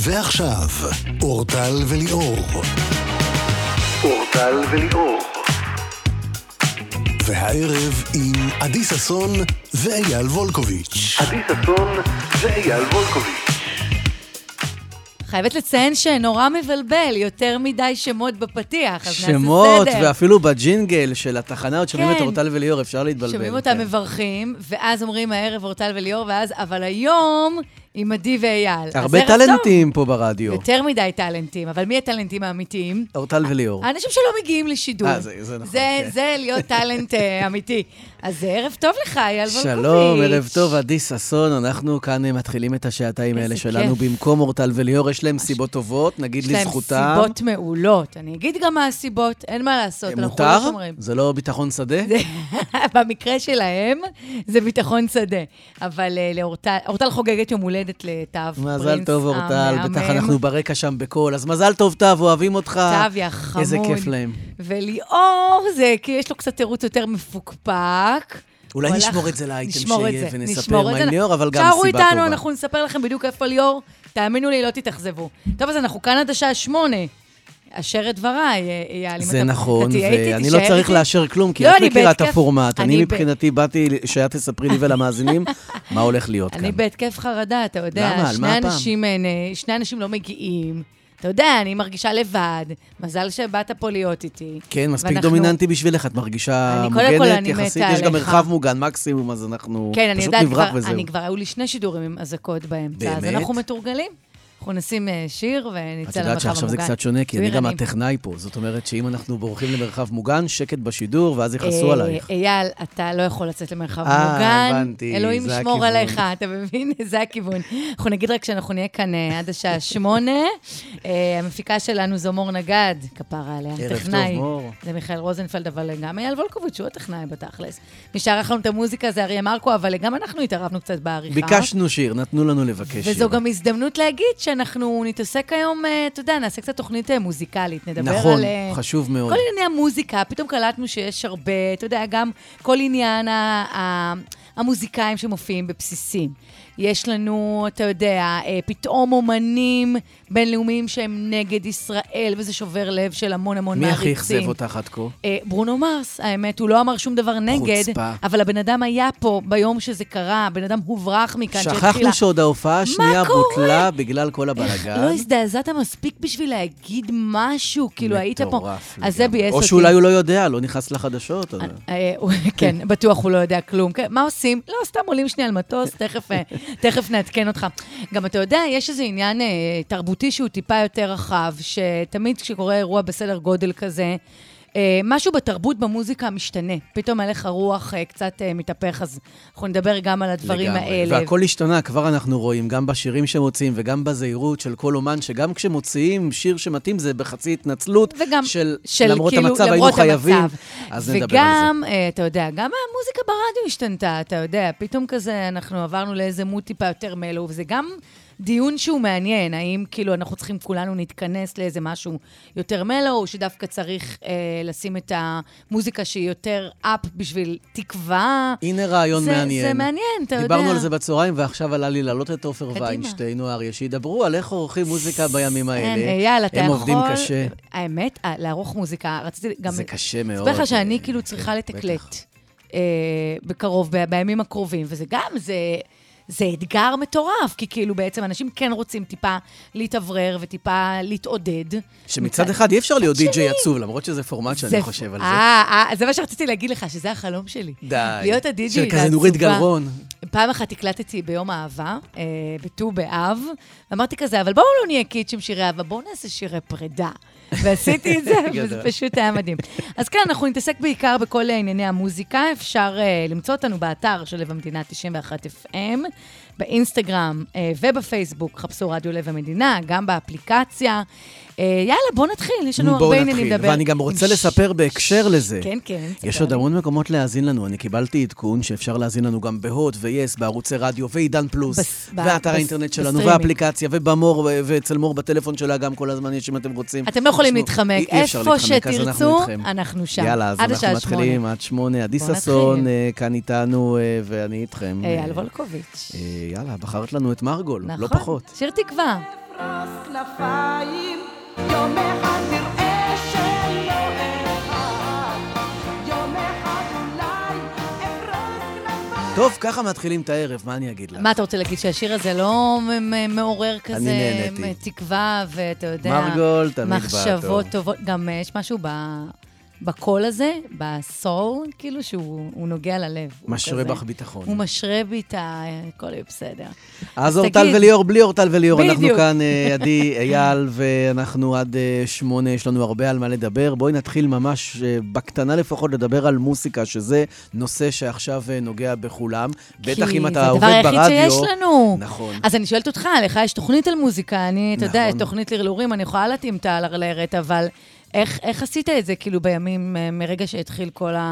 ועכשיו, אורטל וליאור. אורטל וליאור. והערב עם עדי ססון ואייל וולקוביץ'. עדי ססון ואייל וולקוביץ'. חייבת לציין שנורא מבלבל, יותר מדי שמות בפתיח, אז שמות, נעשה סדר. ואפילו בג'ינגל של התחנה, עוד שומעים את אורטל וליאור, אפשר להתבלבל. שומעים אותם מברכים, ואז אומרים הערב אורטל וליאור, ואז, אבל היום עם עדי ואייל. הרבה טלנטים פה ברדיו. יותר מדי טלנטים, אבל מי הטלנטים האמיתיים? אורטל וליאור. האנשים שלא מגיעים לשידור. זה נכון. זה להיות טלנט אמיתי. אז ערב טוב לך, אייל וולקוביץ'. שלום, ערב טוב, עדי ססון. אנחנו כאן מתחילים את השעתיים האלה שלנו במקום אורטל וליאור. יש להם סיבות טובות, נגיד לזכותם. יש להם סיבות מעולות. אני אגיד גם מה הסיבות, אין מה לעשות. מותר? זה לא ביטחון שדה? במקרה שלהם זה ביטחון שדה. אבל אורטל חוגגת יום הולדת לתו פרינס. מזל טוב, אורטל. בטח אנחנו ברקע שם בקול. אז מזל טוב, תו, אוהבים אותך. תו, יא חמוד. איזה כיף להם. וליאור זה, כי יש לו קצת תירוץ יותר מפוקפק. אולי נשמור את זה לאייטם שיהיה ונספר מה עם ליאור, אבל גם סיבה טובה. שערו איתנו, אנחנו נספר לכם בדיוק איפה ליאור. תאמינו לי, לא תתאכזבו. טוב, אז אנחנו כאן עד השעה 8. אשר את דבריי, אייל. זה נכון, ואני לא צריך לאשר כלום, כי את מכירה את הפורמט. אני מבחינתי באתי שאת תספרי לי ולמאזינים מה הולך להיות כאן. אני בהתקף חרדה, אתה יודע. למה? על מה הפעם? שני אנשים לא מגיעים. אתה יודע, אני מרגישה לבד. מזל שבאת פה להיות איתי. כן, מספיק דומיננטי בשבילך, את מרגישה מוגנת יחסית. יש גם מרחב מוגן מקסימום, אז אנחנו פשוט נברח וזהו. אני כבר, היו לי 2 שידורים עם אזעקות באמצע. אז אנחנו מתורגלים. אנחנו נשים שיר ונצא למרחב המוגן. את יודעת שעכשיו זה קצת שונה, כי אני גם הטכנאי פה. זאת אומרת שאם אנחנו בורחים למרחב מוגן, שקט בשידור, ואז יחסו עלייך. אייל, אתה לא יכול לצאת למרחב מוגן. הבנתי, אלוהים ישמור עליך, אתה מבין? זה הכיוון. אנחנו נגיד רק שאנחנו נהיה כאן עד השעה 8. המפיקה שלנו זו מור נגד, כפרה עליה. ערב טוב, מור. זה מיכאל רוזנפלד, אבל גם אייל וולקוביץ', הוא הטכנאי בתכלס. מי שערך לנו את המוזיקה זה אריה מרקו, אבל גם אנחנו התערבנו קצת בעריכה. ביקשנו שיר, נתנו לנו לבקש שיר. וזו גם הזדמנות להגיד שאנחנו נתעסק היום, אתה יודע, נעשה קצת תוכנית מוזיקלית, נדבר נכון, על... חשוב מאוד. כל ענייני המוזיקה, פתאום קלטנו שיש הרבה, אתה יודע, גם כל עניין המוזיקאים שמופיעים בבסיסים. יש לנו, אתה יודע, פתאום אומנים בינלאומיים שהם נגד ישראל, וזה שובר לב של המון מעריצים. מי הכי אכזב אותך עד כה? ברונו מרס, האמת, הוא לא אמר שום דבר נגד, חוצפה. אבל הבן אדם היה פה ביום שזה קרה, הבן אדם הוברח מכאן. שכחנו שעוד ההופעה השנייה בוטלה בגלל כל הבלגן. לא הזדעזעת מספיק בשביל להגיד משהו, כאילו היית פה. אז זה בייס אותי. או שאולי הוא לא יודע, לא נכנס לחדשות. כן, בטוח הוא לא יודע כלום. מה עושים? לא, סתם עולים שנייה על מטוס, תכף נעדכן אותך. גם אתה יודע, יש איזה עניין תרבותי שהוא טיפה יותר רחב, שתמיד כשקורה אירוע בסדר גודל כזה, משהו בתרבות במוזיקה משתנה. פתאום הלך הרוח קצת מתהפך, אז אנחנו נדבר גם על הדברים האלה. והכל השתנה, כבר אנחנו רואים, גם בשירים שמוצאים וגם בזהירות של כל אומן, שגם כשמוצאים שיר שמתאים זה בחצי התנצלות, למרות המצב היינו חייבים, אז נדבר על זה. וגם, אתה יודע, גם המוזיקה ברדיו השתנתה, אתה יודע, פתאום כזה אנחנו עברנו לאיזה מות טיפה יותר מלו, וזה גם... דיון שהוא מעניין, האם כאילו אנחנו צריכים כולנו להתכנס לאיזה משהו יותר מלו, או שדווקא צריך לשים את המוזיקה שהיא יותר אפ בשביל תקווה. הנה רעיון מעניין. זה מעניין, אתה יודע. דיברנו על זה בצהריים, ועכשיו עלה לי לעלות את עופר ויינשטיין או אריה, שידברו על איך עורכים מוזיקה בימים האלה. אייל, אתה יכול... הם עובדים קשה. האמת, לערוך מוזיקה, רציתי גם... זה קשה מאוד. ספר לך שאני כאילו צריכה לתקלט בקרוב, בימים הקרובים, וזה גם, זה אתגר מטורף, כי כאילו בעצם אנשים כן רוצים טיפה להתאוורר וטיפה להתעודד. שמצד אחד אי אפשר להיות די-ג'יי עצוב, למרות שזה פורמט שאני חושב על זה. זה מה שרציתי להגיד לך, שזה החלום שלי. די. להיות הדי-ג'יי של כזה נורית גלרון. פעם אחת הקלטתי ביום האהבה, בט"ו באב, ואמרתי כזה, אבל בואו לא נהיה קיצ'ים שירי אהבה, בואו נעשה שירי פרידה. ועשיתי את זה, וזה פשוט היה מדהים. אז כאן אנחנו נתעסק בעיקר בכל ענייני המוזיקה. אפשר למצוא אותנו באתר של לב המדינה 91 FM, באינסטגרם ובפייסבוק, חפשו רדיו לב המדינה, גם באפליקציה. יאללה, בוא נתחיל, יש לנו הרבה עניינים לדבר. ואני גם רוצה לספר בהקשר לזה. כן, כן. יש עוד המון מקומות להאזין לנו. אני קיבלתי עדכון שאפשר להאזין לנו גם בהוט ויס, בערוצי רדיו ועידן פלוס, ואתר האינטרנט שלנו, והאפליקציה, ובמור, ואצל מור בטלפון שלה גם כל הזמן יש אם אתם רוצים. אתם לא יכולים להתחמק. איפה שתרצו, אנחנו שם. יאללה, אז אנחנו מתחילים עד 8. עדי ססון כאן איתנו, ואני איתכם. אייל וולקוביץ'. יאללה, בחרת לנו את מרגול, לא פחות. שיר תקווה. אפרוס כנפיים, יום אחד תראה שלא אחד, יום אחד אולי אפרוס כנפיים. טוב, ככה מתחילים את הערב, מה אני אגיד לך? מה אתה רוצה להגיד, שהשיר הזה לא מעורר כזה נהניתי. תקווה, ואתה יודע, מרגול תמיד מחשבות טובות, גם יש משהו בקול הזה, בסול, כאילו שהוא נוגע ללב. משרה בך ביטחון. הוא משרה בי את הכל יהיה בסדר. אז אורטל וליאור, בלי אורטל וליאור, אנחנו כאן, עדי, אייל, ואנחנו עד 8, יש לנו הרבה על מה לדבר. בואי נתחיל ממש בקטנה לפחות לדבר על מוסיקה, שזה נושא שעכשיו נוגע בכולם. בטח אם אתה עובד ברדיו. כי זה הדבר היחיד שיש לנו. נכון. אז אני שואלת אותך, לך יש תוכנית על מוזיקה, אתה יודע, יש תוכנית לרלורים, אני יכולה להתאים את הלרלרת, אבל איך עשית את זה, כאילו, בימים, מרגע שהתחיל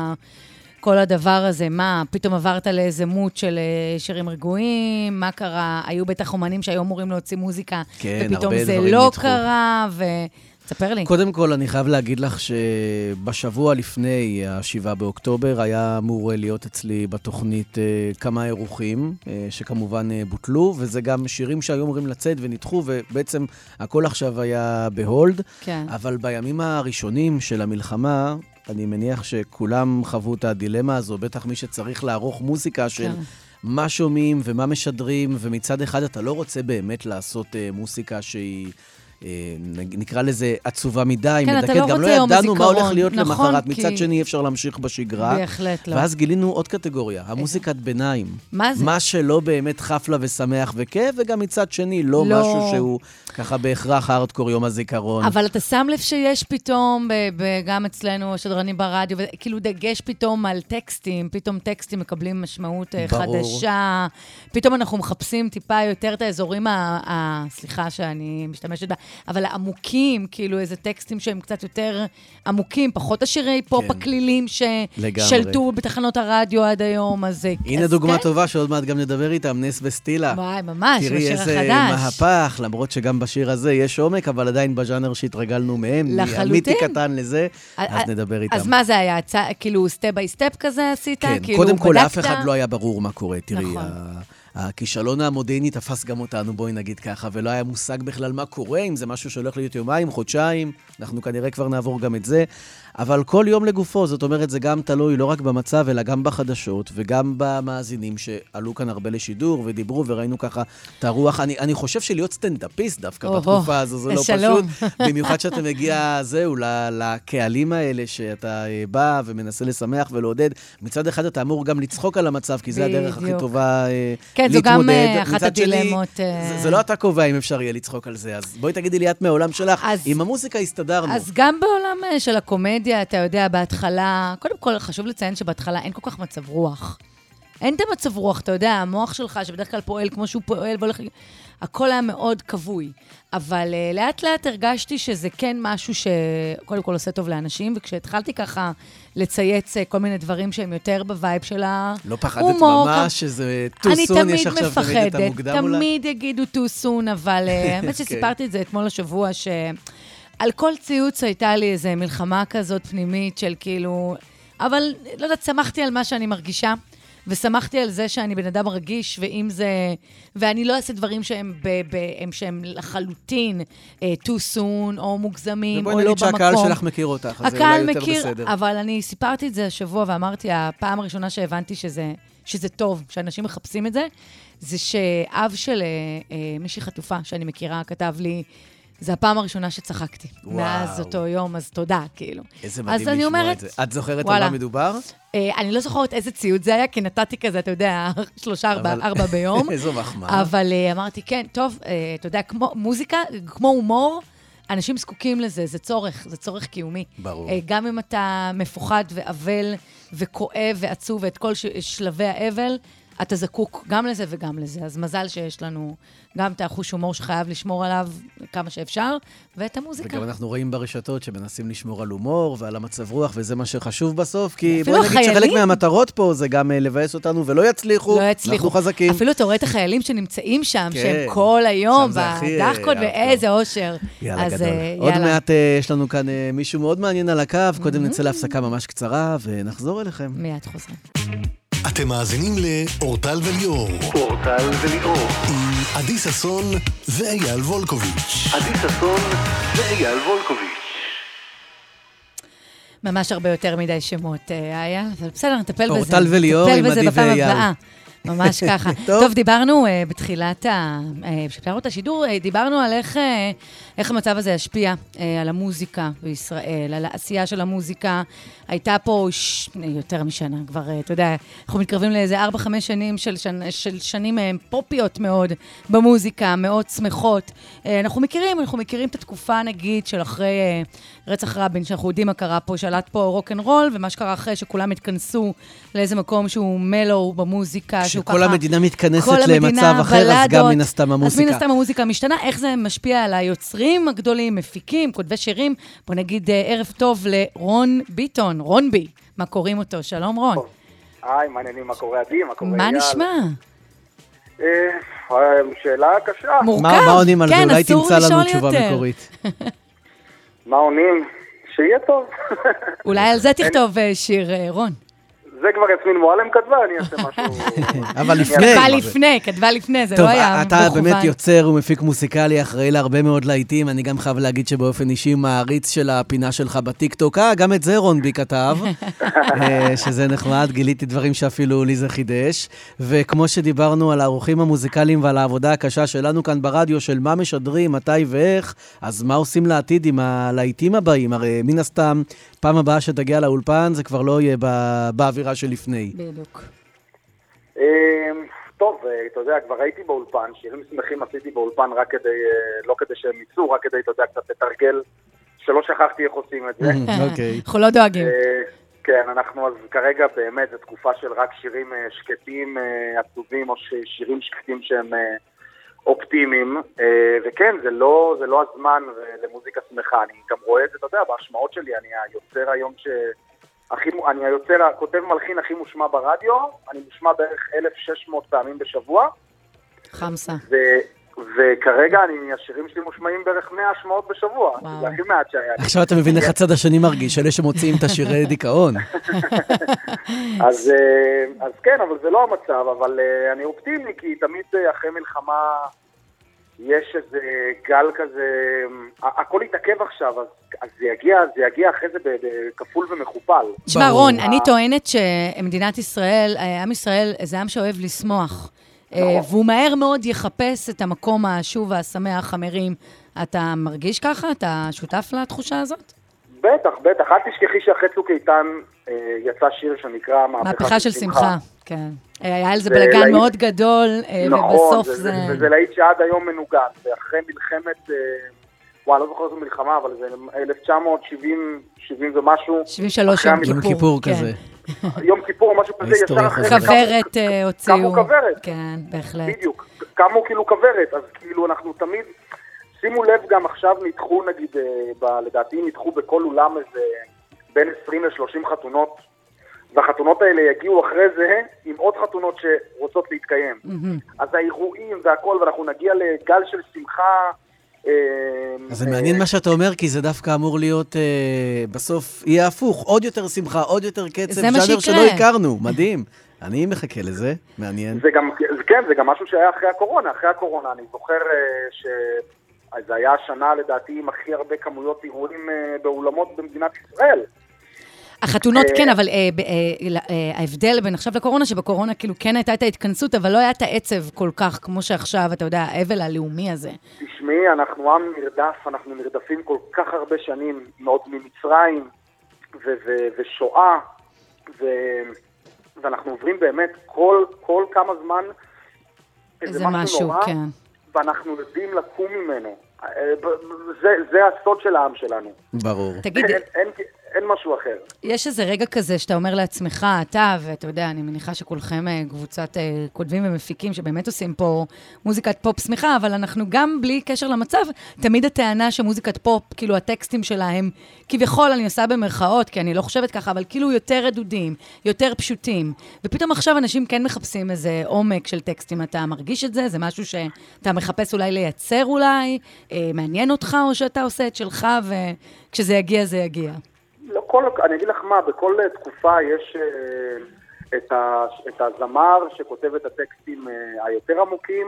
כל הדבר הזה? מה, פתאום עברת לאיזה מות של שירים רגועים? מה קרה? היו בטח אומנים שהיו אמורים להוציא מוזיקה, כן, ופתאום זה לא קרה, תספר לי. קודם כל, אני חייב להגיד לך שבשבוע לפני ה-7 באוקטובר היה אמור להיות אצלי בתוכנית כמה אירוחים, שכמובן בוטלו, וזה גם שירים שהיו אמורים לצאת ונדחו, ובעצם הכל עכשיו היה בהולד. כן. אבל בימים הראשונים של המלחמה, אני מניח שכולם חוו את הדילמה הזו, בטח מי שצריך לערוך מוזיקה של מה שומעים ומה משדרים, ומצד אחד אתה לא רוצה באמת לעשות מוזיקה שהיא נקרא לזה עצובה מדי, כן, מדכאת, לא גם לא ידענו מה הולך להיות למחרת, מצד שני אפשר להמשיך בשגרה. בהחלט לא. ואז גילינו עוד קטגוריה, המוזיקת ביניים. מה זה? מה שלא באמת חפלה ושמח וכיף, וגם מצד שני לא משהו שהוא ככה בהכרח הארדקור יום הזיכרון. אבל אתה שם לב שיש פתאום, גם אצלנו, שדרנים ברדיו, כאילו דגש פתאום על טקסטים, פתאום טקסטים מקבלים משמעות חדשה, פתאום אנחנו מחפשים טיפה יותר את האזורים, סליחה שאני משתמשת בה, אבל העמוקים, כאילו איזה טקסטים שהם קצת יותר עמוקים, פחות השירי פופ הכלילים ששלטו בתחנות הרדיו עד היום, אז הנה דוגמה טובה שעוד מעט גם נדבר איתם, נס וסטילה. וואי, ממש, תראי איזה מהפך, למרות שגם בשיר הזה יש עומק, אבל עדיין בז'אנר שהתרגלנו מהם, מהמיתי קטן לזה, אז נדבר איתם. אז מה זה היה? כאילו סטפ ביי סטפ כזה עשית? כן, קודם כל לאף אחד לא היה ברור מה קורה, תראי. הכישלון המודיעיני תפס גם אותנו, בואי נגיד ככה, ולא היה מושג בכלל מה קורה, אם זה משהו שהולך להיות יומיים, חודשיים, אנחנו כנראה כבר נעבור גם את זה, אבל כל יום לגופו, זאת אומרת, זה גם תלוי לא רק במצב, אלא גם בחדשות, וגם במאזינים שעלו כאן הרבה לשידור, ודיברו וראינו ככה את הרוח. אני חושב שלהיות סטנדאפיסט דווקא בתקופה הזו, זה לא פשוט, במיוחד שאתה מגיע, זהו, לקהלים האלה, שאתה בא ומנסה לשמח ולעודד. מצד אחד אתה אמור גם לצחוק על המצב, כי זה הדרך הכי טובה כן, זו גם אחת הדילמות. זה לא אתה קובע אם אפשר יהיה לצחוק על זה, אז בואי תגידי לי את מעולם שלך, עם המוזיקה הסתדרנו. אז גם בעולם של הקומדיה, אתה יודע, בהתחלה, קודם כל חשוב לציין שבהתחלה אין כל כך מצב רוח. אין את המצב רוח, אתה יודע, המוח שלך שבדרך כלל פועל כמו שהוא פועל, הכל היה מאוד כבוי. אבל לאט לאט הרגשתי שזה כן משהו שקודם כל עושה טוב לאנשים, וכשהתחלתי ככה לצייץ כל מיני דברים שהם יותר בווייב של ההומור. לא פחדת ממש שזה טוסון, יש עכשיו תמיד את המוקדם אולי? תמיד יגידו טוסון, אבל האמת שסיפרתי את זה אתמול השבוע, שעל כל ציוץ הייתה לי איזו מלחמה כזאת פנימית של כאילו, אבל לא יודעת, שמחתי על מה שאני מרגישה, ושמחתי על זה שאני בן אדם רגיש, ואם זה, ואני לא אעשה דברים שהם לחלוטין too soon, או מוגזמים, או לא במקום. ובואי נגיד שהקהל שלך מכיר אותך, אז זה אולי יותר בסדר. אבל אני סיפרתי את זה השבוע, ואמרתי, הפעם הראשונה שהבנתי שזה טוב, שאנשים מחפשים את זה, זה שאב של מישהי חטופה שאני מכירה, כתב לי, זה הפעם הראשונה שצחקתי. מאז אותו יום, אז תודה, כאילו. איזה מדהים לשמוע את זה. את זוכרת על מה מדובר? אני לא זוכרת איזה ציוד זה היה, כי נתתי כזה, אתה יודע, 3-4 ביום. איזו מחמאה. אבל אמרתי, כן, טוב, אתה יודע, כמו מוזיקה, כמו הומור, אנשים זקוקים לזה, זה צורך קיומי. ברור. גם אם אתה מפוחד ואבל וכואב ועצוב ואת כל שלבי האבל, אתה זקוק גם לזה וגם לזה. אז מזל שיש לנו גם את החוש הומור שחייב לשמור עליו כמה שאפשר, ואת המוזיקה. וגם אנחנו רואים ברשתות שמנסים לשמור על הומור ועל המצב רוח, וזה מה שחשוב בסוף, כי בוא נגיד שחלק מהמטרות פה זה גם לבאס אותנו ולא יצליחו, אנחנו חזקים. אפילו אתה רואה את החיילים שנמצאים שם, שהם כל היום בדחקות ואיזה אושר. יאללה גדול. עוד מעט יש לנו כאן מישהו מאוד מעניין על הקו, קודם נצא להפסקה ממש קצרה ונחזור אליכם. מיד חוזרים. אתם מאזינים לאורטל וליאור. אורטל וליאור. עם עדי ששון ואייל וולקוביץ'. עדי ששון ואייל וולקוביץ'. ממש הרבה יותר מדי שמות, אייל, אבל בסדר, נטפל בזה. אורטל וליאור עם עדי ואייל. ממש ככה. טוב, דיברנו בתחילת השידור, דיברנו על איך המצב הזה ישפיע על המוזיקה בישראל, על העשייה של המוזיקה. הייתה פה יותר משנה, כבר, אתה יודע, אנחנו מתקרבים לאיזה 4-5 שנים של שנים פופיות מאוד במוזיקה, מאוד שמחות. אנחנו מכירים את התקופה, נגיד, של אחרי רצח רבין, שאנחנו יודעים מה קרה פה, שלט פה רוק'נ'רול, ומה שקרה אחרי שכולם התכנסו לאיזה מקום שהוא מלו במוזיקה, שכל המדינה מתכנסת למצב אחר, אז גם מן הסתם המוזיקה. אז מן הסתם המוזיקה משתנה. איך זה משפיע על היוצרים הגדולים, מפיקים, כותבי שירים? בוא נגיד ערב טוב לרון ביטון, רון בי. מה קוראים אותו? שלום רון. היי, מה העניינים? מה קורה עדי? מה קורה אייל? מה נשמע? שאלה קשה. מורכב. מה עונים על זה? כן, אולי אסור תמצא לנו לשאול תשובה יותר. מקורית. מה עונים? שיהיה טוב. אולי על זה תכתוב שיר, רון. זה כבר יסמין מועלם כתבה, אני אעשה משהו... אבל לפני. כתבה לפני, זה טוב, לא היה אתה מכוון. באמת יוצר ומפיק מוזיקלי, אחראי להרבה מאוד להיטים. אני גם חייב להגיד שבאופן אישי מעריץ של הפינה שלך בטיקטוק. גם את זה רון בי כתב, שזה נחמד, גיליתי דברים שאפילו לי זה חידש. וכמו שדיברנו על האורחים המוזיקליים ועל העבודה הקשה שלנו כאן ברדיו, של מה משדרים, מתי ואיך, אז מה עושים לעתיד עם הלהיטים הבאים? הרי מן הסתם, פעם הבאה שתגיע לאולפן, זה כבר לא יהיה באווירה שלפני. בדיוק. טוב, אתה יודע, כבר הייתי באולפן, שירים שמחים עשיתי באולפן רק כדי, לא כדי שהם ייצאו, רק כדי, אתה יודע, קצת לתרגל, שלא שכחתי איך עושים את זה. אוקיי. אנחנו לא דואגים. כן, אנחנו אז כרגע באמת, זו תקופה של רק שירים שקטים עצובים, או שירים שקטים שהם אופטימיים, וכן, זה לא הזמן למוזיקה שמחה. אני גם רואה את זה, אתה יודע, בהשמעות שלי, אני היוצר היום אני הכותב מלחין הכי מושמע ברדיו, אני מושמע בערך 1,600 פעמים בשבוע. חמסה. וכרגע השירים שלי מושמעים בערך 100 השמעות בשבוע. זה הכי מעט שהיה. עכשיו אתה מבין איך הצד השני מרגיש, אלה שמוציאים את השירי דיכאון. אז כן, אבל זה לא המצב, אבל אני אופטימי, כי תמיד אחרי מלחמה יש איזה גל כזה, הכל יתעכב עכשיו, אז זה יגיע אחרי זה בכפול ומכופל. תשמע רון, אני טוענת שמדינת ישראל, עם ישראל, זה עם שאוהב לשמוח, והוא מהר מאוד יחפש את המקום השוב והשמח, המרים. אתה מרגיש ככה? אתה שותף לתחושה הזאת? בטח. אל תשכחי שאחרי צוק איתן יצא שיר שנקרא מהפכה של שמחה. כן. היה על זה בלגן מאוד גדול, ובסוף זה... וזה להיט שעד היום מנוגן, ואחרי מלחמת, לא זוכר איזו מלחמה, אבל זה 1970 ומשהו. 73 יום כיפור כזה. יום כיפור או משהו כזה, ישר אחרי... כוורת הוציאו. קמו כוורת. כן, בהחלט. בדיוק, קמו כאילו כוורת, אז כאילו אנחנו תמיד... שימו לב, גם עכשיו נדחו, נגיד, לדעתי נדחו בכל אולם איזה בין 20 ל-30 חתונות, והחתונות האלה יגיעו אחרי זה עם עוד חתונות שרוצות להתקיים. אז האירועים והכל, ואנחנו נגיע לגל של שמחה. אז זה מעניין מה שאתה אומר, כי זה דווקא אמור להיות, בסוף יהיה הפוך, עוד יותר שמחה, עוד יותר קצב, ז'אנר שלא הכרנו, מדהים. אני מחכה לזה, מעניין. זה גם משהו שהיה אחרי הקורונה. אחרי הקורונה, אני זוכר זה היה השנה לדעתי עם הכי הרבה כמויות אירועים באולמות במדינת ישראל. החתונות כן, אבל ההבדל בין עכשיו לקורונה, שבקורונה כאילו כן הייתה את ההתכנסות, אבל לא היה את העצב כל כך כמו שעכשיו, אתה יודע, האבל הלאומי הזה. תשמעי, אנחנו עם נרדף, אנחנו נרדפים כל כך הרבה שנים, מאוד ממצרים ושואה, ואנחנו עוברים באמת כל כמה זמן איזה משהו נורא, כן. ואנחנו יודעים לקום ממנו. זה הסוד של העם שלנו. ברור. תגיד, אין משהו אחר. יש איזה רגע כזה שאתה אומר לעצמך, אתה, ואתה יודע, אני מניחה שכולכם קבוצת כותבים ומפיקים שבאמת עושים פה מוזיקת פופ שמחה, אבל אנחנו גם בלי קשר למצב, תמיד הטענה שמוזיקת פופ, כאילו הטקסטים שלה הם, כביכול אני עושה במרכאות, כי אני לא חושבת ככה, אבל כאילו יותר רדודים, יותר פשוטים. ופתאום עכשיו אנשים כן מחפשים איזה עומק של טקסטים. אתה מרגיש את זה? זה משהו שאתה מחפש אולי לייצר אולי? מעניין אותך או שאתה עושה את שלך וכשזה יגיע זה יגיע? אני אגיד לך מה, בכל תקופה יש את הזמר שכותב את הטקסטים היותר עמוקים,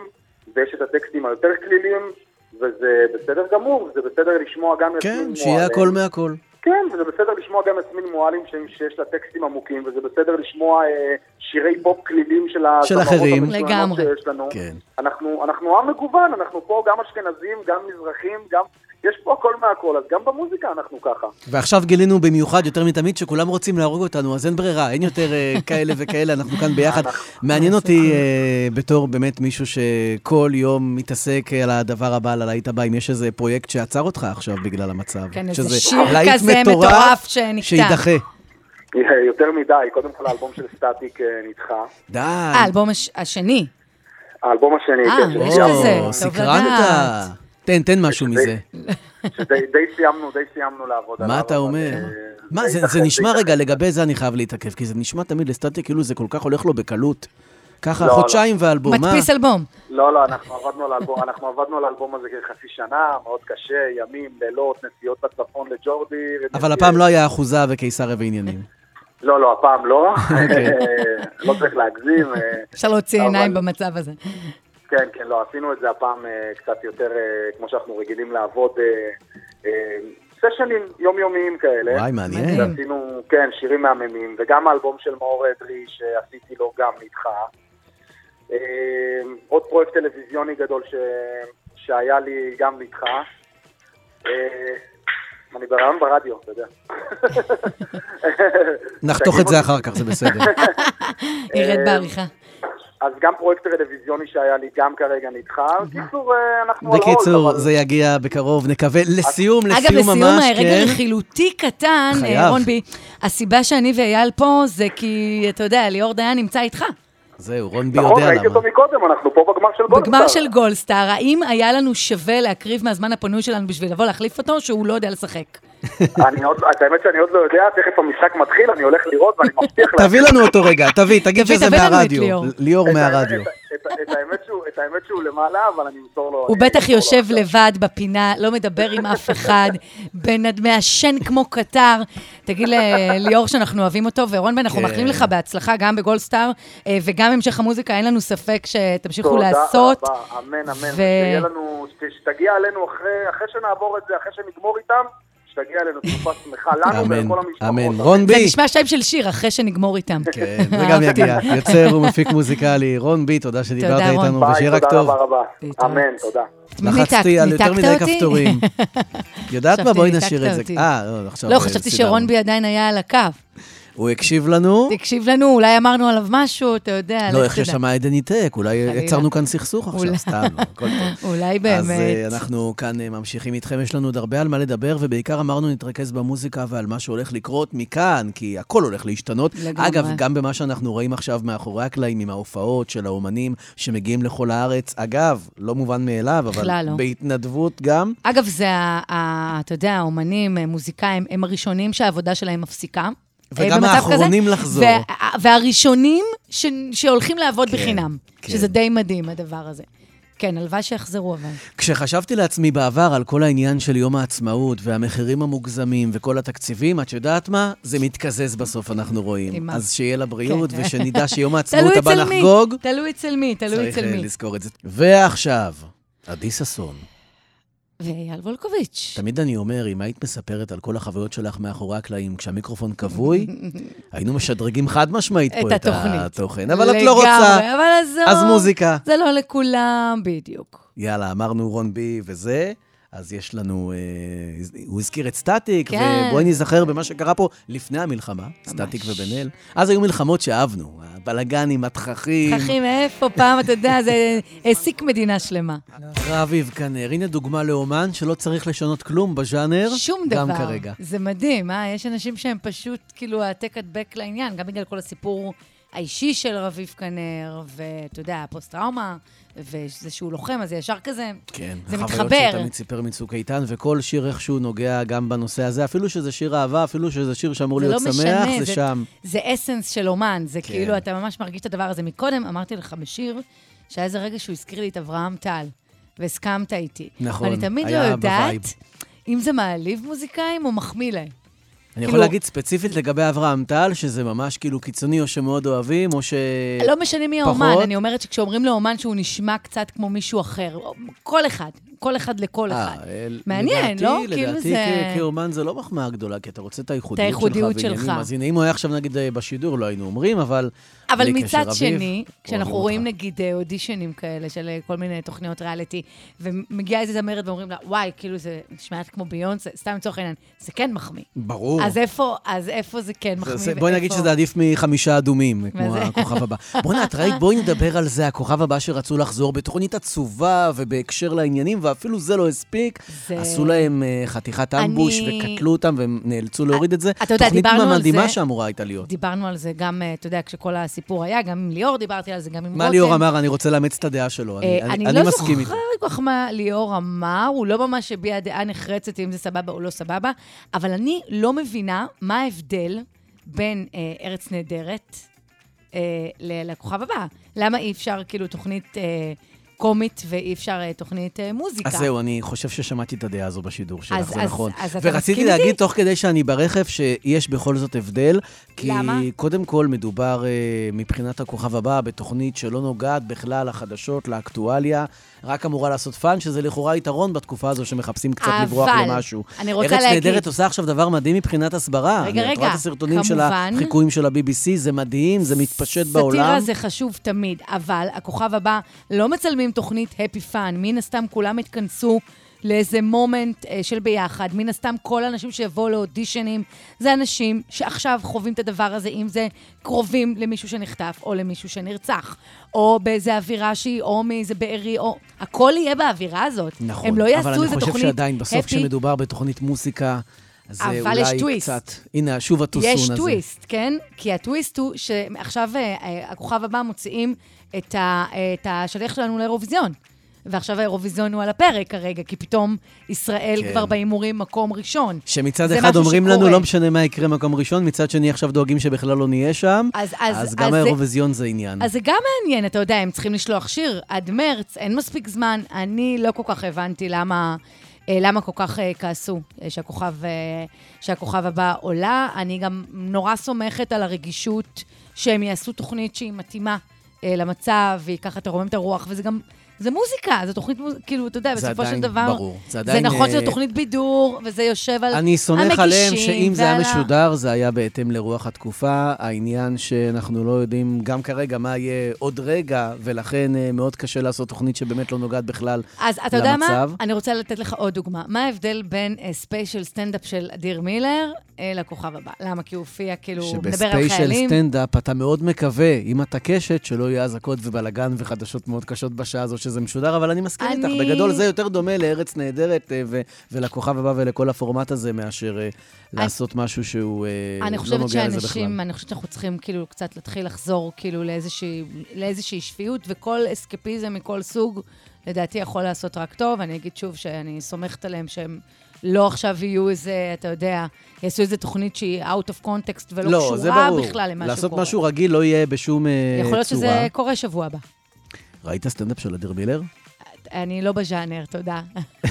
ויש את הטקסטים היותר כלילים, וזה בסדר גמור, זה בסדר לשמוע גם יסמין מועלם. כן, שיהיה הכל מהכל. כן, וזה בסדר לשמוע גם יסמין מועלם שיש לה טקסטים עמוקים, וזה בסדר לשמוע שירי פופ כלילים של אחרים. לגמרי. שיש לנו. כן. אנחנו עם מגוון, אנחנו פה גם אשכנזים, גם מזרחים, גם... יש פה הכל מהכל, אז גם במוזיקה אנחנו ככה. ועכשיו גילינו במיוחד יותר מתמיד שכולם רוצים להרוג אותנו, אז אין ברירה, אין יותר כאלה וכאלה, אנחנו כאן ביחד. מעניין אותי בתור באמת מישהו שכל יום מתעסק על הדבר הבא, על הלהיט הבא, אם יש איזה פרויקט שעצר אותך עכשיו בגלל המצב. כן, איזה שיר כזה מטורף שנקטע. שידחה. יותר מדי, קודם כל האלבום של סטטיק נדחה. די. האלבום השני. האלבום השני, כן. יש כזה, טוב לדעת. תן משהו מזה. די סיימנו לעבוד עליו. מה אתה אומר? מה, זה נשמע רגע, לגבי זה אני חייב להתעכב, כי זה נשמע תמיד לסטטיק כאילו זה כל כך הולך לו בקלות. ככה, חודשיים ואלבום, מה? מדפיס אלבום. לא, אנחנו עבדנו על האלבום הזה כחצי שנה, מאוד קשה, ימים, לילות, נסיעות בצפון לג'ורדי. אבל הפעם לא היה אחוזה וקיסריה ועניינים. לא, הפעם לא. לא צריך להגזים. אפשר להוציא עיניים במצב הזה. כן, לא, עשינו את זה הפעם קצת יותר, כמו שאנחנו רגילים לעבוד, סשנים יומיומיים כאלה. וואי, מעניין. ועשינו, כן, שירים מהממים, וגם האלבום של מאור אדרי שעשיתי לו גם נדחה. עוד פרויקט טלוויזיוני גדול שהיה לי גם נדחה. אני ברעיון ברדיו, אתה יודע. נחתוך את זה אחר כך, זה בסדר. ירד בעריכה. אז גם פרויקט טלוויזיוני שהיה לי גם כרגע נדחה. בקיצור, אנחנו על בקיצור, זה יגיע בקרוב, נקווה. לסיום ממש, אגב, לסיום, רגע רכילותי קטן, רונבי, הסיבה שאני ואייל פה זה כי, אתה יודע, ליאור דיין נמצא איתך. זהו, רונבי יודע למה. נכון, ראיתי אותו מקודם, אנחנו פה בגמר של גולדסטאר. בגמר של גולדסטאר, האם היה לנו שווה להקריב מהזמן הפנוי שלנו בשביל לבוא להחליף אותו, שהוא לא יודע לשחק? האמת שאני עוד לא יודע, תכף המשחק מתחיל, אני הולך לראות ואני מבטיח לך. תביא לנו אותו רגע, תגיד שזה מהרדיו. ליאור מהרדיו. את האמת שהוא למעלה, אבל אני אמסור לו... הוא בטח יושב לבד בפינה, לא מדבר עם אף אחד, מעשן כמו קטר. תגיד ליאור שאנחנו אוהבים אותו, ורון, אנחנו מאחלים לך בהצלחה גם בגולדסטאר, וגם המשך המוזיקה, אין לנו ספק שתמשיכו לעשות. תודה רבה, אמן. שתגיע אלינו אחרי שנעבור את זה, אחרי שנגמור איתם, שתגיע אלינו תקופה שמחה לנו ולכל המשפחות. אמן, רון בי. זה נשמע שם של שיר, אחרי שנגמור איתם. כן, זה גם יגיע. יוצר ומפיק מוזיקלי. רון בי, תודה שדיברת איתנו, ושיהיה רק טוב. תודה רבה. אמן, תודה. לחצתי על יותר מדי כפתורים. יודעת מה? בואי נשאיר את זה. לא, חשבתי שרון בי עדיין היה על הקו. הוא הקשיב לנו. אולי אמרנו עליו משהו, אתה יודע. לא, איך ששמע עדן ניתק, אולי יצרנו כאן סכסוך עכשיו, סתם, הכל טוב. אולי באמת. אז אנחנו כאן ממשיכים איתכם, יש לנו עוד הרבה על מה לדבר, ובעיקר אמרנו נתרכז במוזיקה ועל מה שהולך לקרות מכאן, כי הכל הולך להשתנות. אגב, גם במה שאנחנו רואים עכשיו מאחורי הקלעים, עם ההופעות של האומנים שמגיעים לכל הארץ, אגב, לא מובן מאליו, אבל בהתנדבות גם. אגב, זה, אתה יודע, האומנים, מוזיקאים, הם הראשונים שהעבודה שלהם מפסיקה. וגם האחרונים לחזור. והראשונים שהולכים לעבוד בחינם, שזה די מדהים הדבר הזה. כן, הלוואי שיחזרו אבל. כשחשבתי לעצמי בעבר על כל העניין של יום העצמאות והמחירים המוגזמים וכל התקציבים, את יודעת מה? זה מתקזז בסוף אנחנו רואים. אז שיהיה לבריאות ושנדע שיום העצמאות הבא נחגוג. תלוי אצל מי. צריך לזכור את זה. ועכשיו, עדי ששון. ואייל וולקוביץ'. תמיד אני אומר, אם היית מספרת על כל החוויות שלך מאחורי הקלעים, כשהמיקרופון כבוי, היינו משדרגים חד משמעית פה את התוכן. אבל את לא רוצה, אז מוזיקה. זה לא לכולם, בדיוק. יאללה, אמרנו רון בי וזה, אז יש לנו, הוא הזכיר את סטטיק, ובואי נזכר במה שקרה פה לפני המלחמה, סטטיק ובן-אל. אז היו מלחמות שאהבנו, הבלגנים, התככים. תככים, איפה פעם, אתה יודע, זה העסיק מדינה שלמה. רביב כנר, הנה דוגמה לאומן שלא צריך לשנות כלום בז'אנר, שום דבר. גם כרגע. זה מדהים, יש אנשים שהם פשוט כאילו העתק הדבק לעניין, גם בגלל כל הסיפור האישי של רביב כנר, ואתה יודע, הפוסט-טראומה, וזה שהוא לוחם, אז זה ישר כזה, כן, זה מתחבר. החוויות שתמיד סיפר מצוק איתן, וכל שיר איכשהו נוגע גם בנושא הזה, אפילו שזה שיר אהבה, אפילו שזה שיר שאמור להיות שמח, זה שם. זה אסנס של אומן, זה כאילו, אתה ממש מרגיש את הדבר הזה. מקודם אמרתי לך בשיר, שהיה איזה רגע שהוא הזכיר לי את אברהם טל, והסכמת איתי. נכון, ואני תמיד לא יודעת אם זה מעליב מוזיקאים או מחמיא להם. אני יכול להגיד ספציפית לגבי אברהם טל, שזה ממש כאילו קיצוני, או שמאוד אוהבים, או ש... לא משנה מי האומן, אני אומרת שכשאומרים לאומן שהוא נשמע קצת כמו מישהו אחר, כל אחד לכל אחד. מעניין, לא? לדעתי כאומן זה לא מחמאה גדולה, כי אתה רוצה את הייחודיות שלך. אז הנה, אם הוא היה עכשיו נגיד בשידור, לא היינו אומרים, אבל מצד שני, כשאנחנו רואים נגיד אודישנים כאלה של כל מיני תוכניות ריאליטי, ומגיעה איזה זמרת ואומרים לה, וואי, כאילו זה נשמעת כמו ביונסה, סתם לצורך העניין, זה כן מחמיא. ברור. אז איפה זה כן מחמיא? בואי נגיד שזה עדיף מ5 אדומים, כמו הכוכב הבא. בואי נדבר על זה, הכוכב הבא שרצו לחזור בתוכנית עצובה ובהקשר לעניינים, ואפילו זה לא הספיק. עשו להם חתיכת אמבוש וקטלו אותם, והם נאלצו להוריד את זה. תוכנית מדהימה שאמורה הייתה להיות. דיברנו על זה גם, אתה יודע, כשכל הסיפור היה, גם עם ליאור דיברתי על זה, גם עם רותם. מה ליאור אמר? אני רוצה לאמץ את הדעה שלו. אני מסכים איתו. אני לא זוכרת מה ליאור אמר, הוא לא ממש הביע דעה נחרצת אם זה סבבה או לא סבבה, אבל אני לא מבינה מה ההבדל בין ארץ נהדרת לכוכב הבא. למה אי אפשר כאילו תוכנית קומית ואי אפשר תוכנית מוזיקה? אז זהו, אני חושב ששמעתי את הדעה הזו בשידור שלך, זה נכון. ורציתי להגיד תוך כדי שאני ברכב שיש בכל זאת הבדל, כי קודם כל מדובר מבחינת הכוכב הבא בתוכנית שלא נוגעת בכלל לחדשות, לאקטואליה, רק אמורה לעשות פן, שזה לכאורה יתרון בתקופה הזו שמחפשים קצת לברוח למשהו. אני רוצה להגיד... ארץ נהדרת עושה עכשיו דבר מדהים מבחינת הסברה. רגע, את רואה את הסרטונים של החיקויים של ה-BBC, זה מדהים, זה מתפשט בעולם. סאטירה זה חשוב תמיד, אבל הכוכב הבא לא מצלמים תוכנית Happy Fun, מן הסתם כולם התכנסו לאיזה מומנט של ביחד, מן הסתם כל האנשים שיבואו לאודישנים, זה אנשים שעכשיו חווים את הדבר הזה, אם זה קרובים למישהו שנחטף, או למישהו שנרצח, או באיזה אווירה שהיא, או מאיזה בערי, או... הכל יהיה באווירה הזאת. נכון, הם לא יעשו אבל איזה אני חושב שעדיין בסוף כשמדובר בתוכנית מוסיקה, אז אולי קצת... טוויסט. הנה, שוב הטוסון הזה. יש טוויסט, כן? כי הטוויסט הוא שעכשיו הכוכב הבא מוציאים את השליח שלנו לאירוויזיון. ועכשיו האירוויזיון הוא על הפרק כרגע, כי פתאום ישראל כבר בהימורים מקום ראשון. שמצד אחד אומרים לנו, לא משנה מה יקרה מקום ראשון, מצד שני עכשיו דואגים שבכלל לא נהיה שם, אז גם האירוויזיון זה עניין. אז זה גם מעניין, אתה יודע, הם צריכים לשלוח שיר עד מרץ, אין מספיק זמן, אני לא כל כך הבנתי למה כל כך כעסו שהכוכב הבא עולה. אני גם נורא סומכת על הרגישות שהם יעשו תוכנית שהיא מתאימה למצב, והיא ככה תרומם את הרוח, וזה גם... זה מוזיקה, זו תוכנית מוזיקה, כאילו, אתה יודע, בסופו של דבר... ברור. זה נכון שזו תוכנית בידור, וזה יושב על המגישים. אני סומך עליהם שאם זה היה משודר, זה היה בהתאם לרוח התקופה. העניין שאנחנו לא יודעים גם כרגע מה יהיה עוד רגע, ולכן מאוד קשה לעשות תוכנית שבאמת לא נוגעת בכלל למצב. אז אתה יודע מה? אני רוצה לתת לך עוד דוגמה. מה ההבדל בין ספיישל סטנדאפ של אדיר מילר לכוכב הבא? למה? כי הוא הופיע, כאילו, מדבר על חיילים. שבספיישל סטנדאפ אתה מאוד מקווה, אם אתה קשת, שלא יהיה אזעקות ובלגן וחדשות מאוד קשות בשעה הזו שזה משודר, אבל אני מסכים איתך. בגדול זה יותר דומה לארץ נהדרת ולכוכב הבא ולכל הפורמט הזה, מאשר לעשות משהו שהוא לא נוגע לזה בכלל. אני חושבת שאנחנו צריכים כאילו קצת להתחיל לחזור כאילו לאיזושהי שפיות, וכל אסקפיזם מכל סוג, לדעתי יכול לעשות רק טוב. אני אגיד שוב שאני סומכת עליהם שהם לא עכשיו יהיו איזה, אתה יודע, יעשו איזו תוכנית שהיא out of context ולא קשורה בכלל למה שקורה. לעשות משהו רגיל לא יהיה בשום צורה. יכול להיות שזה קורה שבוע הבא. ראית סטנדאפ של אדיר מילר? אני לא בז'אנר, תודה.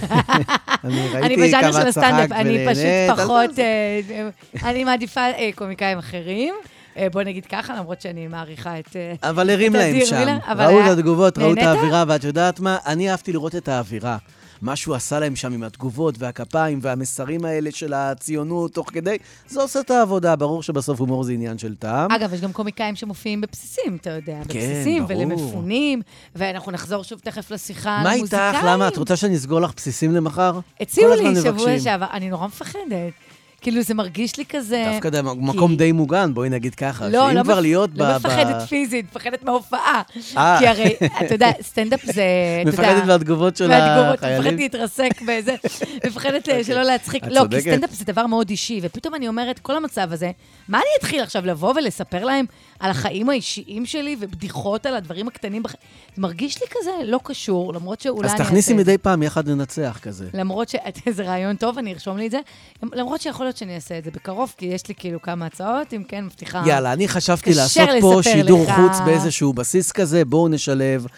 אני ראיתי כמה צחק אני פשוט פחות, אני מעדיפה קומיקאים אחרים. בוא נגיד ככה, למרות שאני מעריכה את... אבל הרים להם שם. ראו את התגובות, ראו את האווירה, ואת יודעת מה? אני אהבתי לראות את האווירה. מה שהוא עשה להם שם עם התגובות והכפיים והמסרים האלה של הציונות תוך כדי, זה עושה את העבודה. ברור שבסוף הומור זה עניין של טעם. אגב, יש גם קומיקאים שמופיעים בבסיסים, אתה יודע. בבסיסים ולמפונים, ואנחנו נחזור שוב תכף לשיחה על מוזיקאים. מה איתך? למה? את רוצה שנסגור לך בסיסים למחר? הציעו לי שבוע שעבר, אני נורא מפחדת. כאילו, זה מרגיש לי כזה... דווקא מקום די מוגן, בואי נגיד ככה. לא מפחדת פיזית, מפחדת מההופעה. כי הרי, אתה יודע, סטנדאפ זה... מפחדת מהתגובות של החיילים. מפחדת להתרסק באיזה... מפחדת שלא להצחיק. לא, כי סטנדאפ זה דבר מאוד אישי, ופתאום אני אומרת, כל המצב הזה, מה אני אתחיל עכשיו לבוא ולספר להם על החיים האישיים שלי, ובדיחות על הדברים הקטנים בחיים? זה מרגיש לי כזה לא קשור, למרות שאולי... אז תכניסי מדי פעם יחד לנצח כזה. למרות שזה רעיון טוב, אני ארשום לי את זה. למרות שיכול להיות שאני אעשה את זה בקרוב, כי יש לי כאילו כמה הצעות, אם כן, מבטיחה... יאללה, אני חשבתי לעשות פה שידור חוץ באיזשהו בסיס כזה, בואו נשלב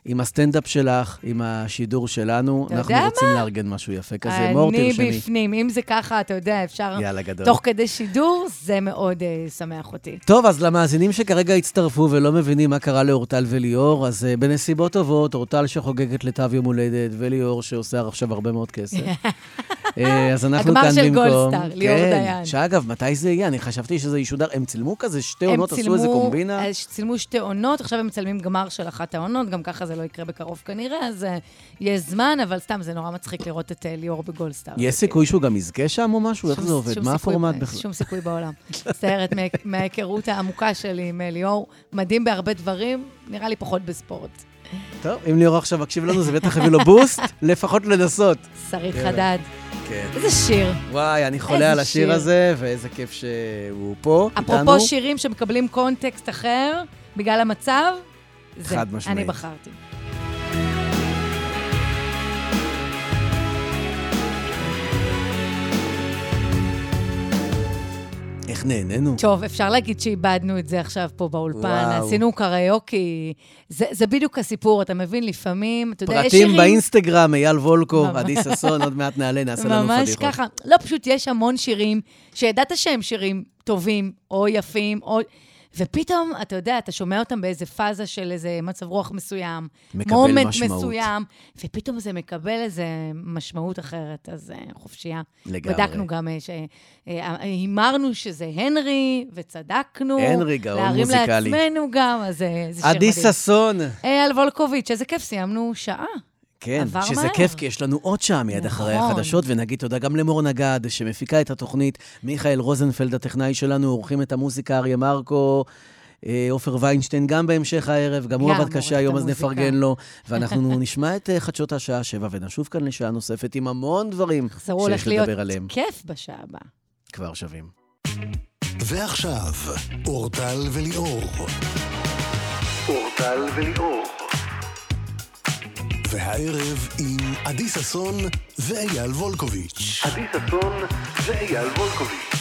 עם הסטנדאפ שלך, עם השידור שלנו, אנחנו רוצים לארגן משהו יפה כזה. אני בפנים, אם זה ככה, אתה יודע, אפשר תוך כדי שידור, זה מאוד שמח אותי. טוב, אז למאזינים שכרגע הצטרפו ולא מבינים מה קרה לאורטל וליאור, אז בנסיבות טובות, אורטל שחוגגת לתו יום הולדת, וליאור שעושה עכשיו הרבה מאוד כסף. אז אנחנו כאן במקום. הגמר של גולדסטאר, ליאור דיין. שאגב, מתי זה יהיה? אני חשבתי שזה ישודר. הם צילמו כזה שתי עונות, עשו איזה קומבינה? הם צילמו שתי עונות, עכשיו הם מצלמים גמר של אחת העונות, גם ככה זה לא יקרה בקרוב כנראה, אז יש זמן, אבל סתם זה נורא מצחיק לראות את ליאור בגולדסטאר. יש סיכוי שהוא גם יזכה שם או משהו? איך זה עובד? מה הפורמט בכלל? שום סיכוי בעולם. מצטערת מההיכרות העמוקה שלי עם ליאור, מדהים בהרבה דברים, נראה לי פחות בספורט. טוב, אם ליאור עכשיו מקשיב לנו, זה בטח הביא לו בוסט, לפחות לנסות. שרית חדד. כן. איזה שיר. וואי, אני חולה על השיר הזה, ואיזה כיף שהוא פה איתנו. אפרופו שירים שמקבלים קונטקסט אחר, בגלל המצב, זה, חד משמעית. אני בחרתי. איך נהנינו? טוב, אפשר להגיד שאיבדנו את זה עכשיו פה באולפן. עשינו קריוקי. זה בדיוק הסיפור, אתה מבין? לפעמים, אתה יודע, יש שירים... פרטים באינסטגרם, אייל וולקו, עדי ששון, עוד מעט נעלה, נעשה לנו פדיחות. ממש ככה. לא, פשוט יש המון שירים, שידעת שהם שירים טובים, או יפים, או... ופתאום, אתה יודע, אתה שומע אותם באיזה פאזה של איזה מצב רוח מסוים, מומנט מסוים, ופתאום זה מקבל איזה משמעות אחרת, אז חופשייה. לגמרי. בדקנו גם, הימרנו שזה הנרי, וצדקנו. הנרי, גאון מוזיקלי. להרים לעצמנו גם, אז זה שיר מדהים. עדי ששון. אייל וולקוביץ', איזה כיף, סיימנו שעה. כן, שזה כיף, כי יש לנו עוד שעה מיד אחרי החדשות, ונגיד תודה גם למור נגד, שמפיקה את התוכנית, מיכאל רוזנפלד, הטכנאי שלנו, עורכים את המוזיקה, אריה מרקו, עופר ויינשטיין, גם בהמשך הערב, גם הוא עבד קשה היום, אז נפרגן לו, ואנחנו נשמע את חדשות השעה 7, ונשוב כאן לשעה נוספת עם המון דברים שיש לדבר עליהם. כיף בשעה הבאה. כבר שווים. ועכשיו, אורטל וליאור. אורטל וליאור. והערב עם עדי ששון ואייל וולקוביץ'. עדי ששון ואייל וולקוביץ'.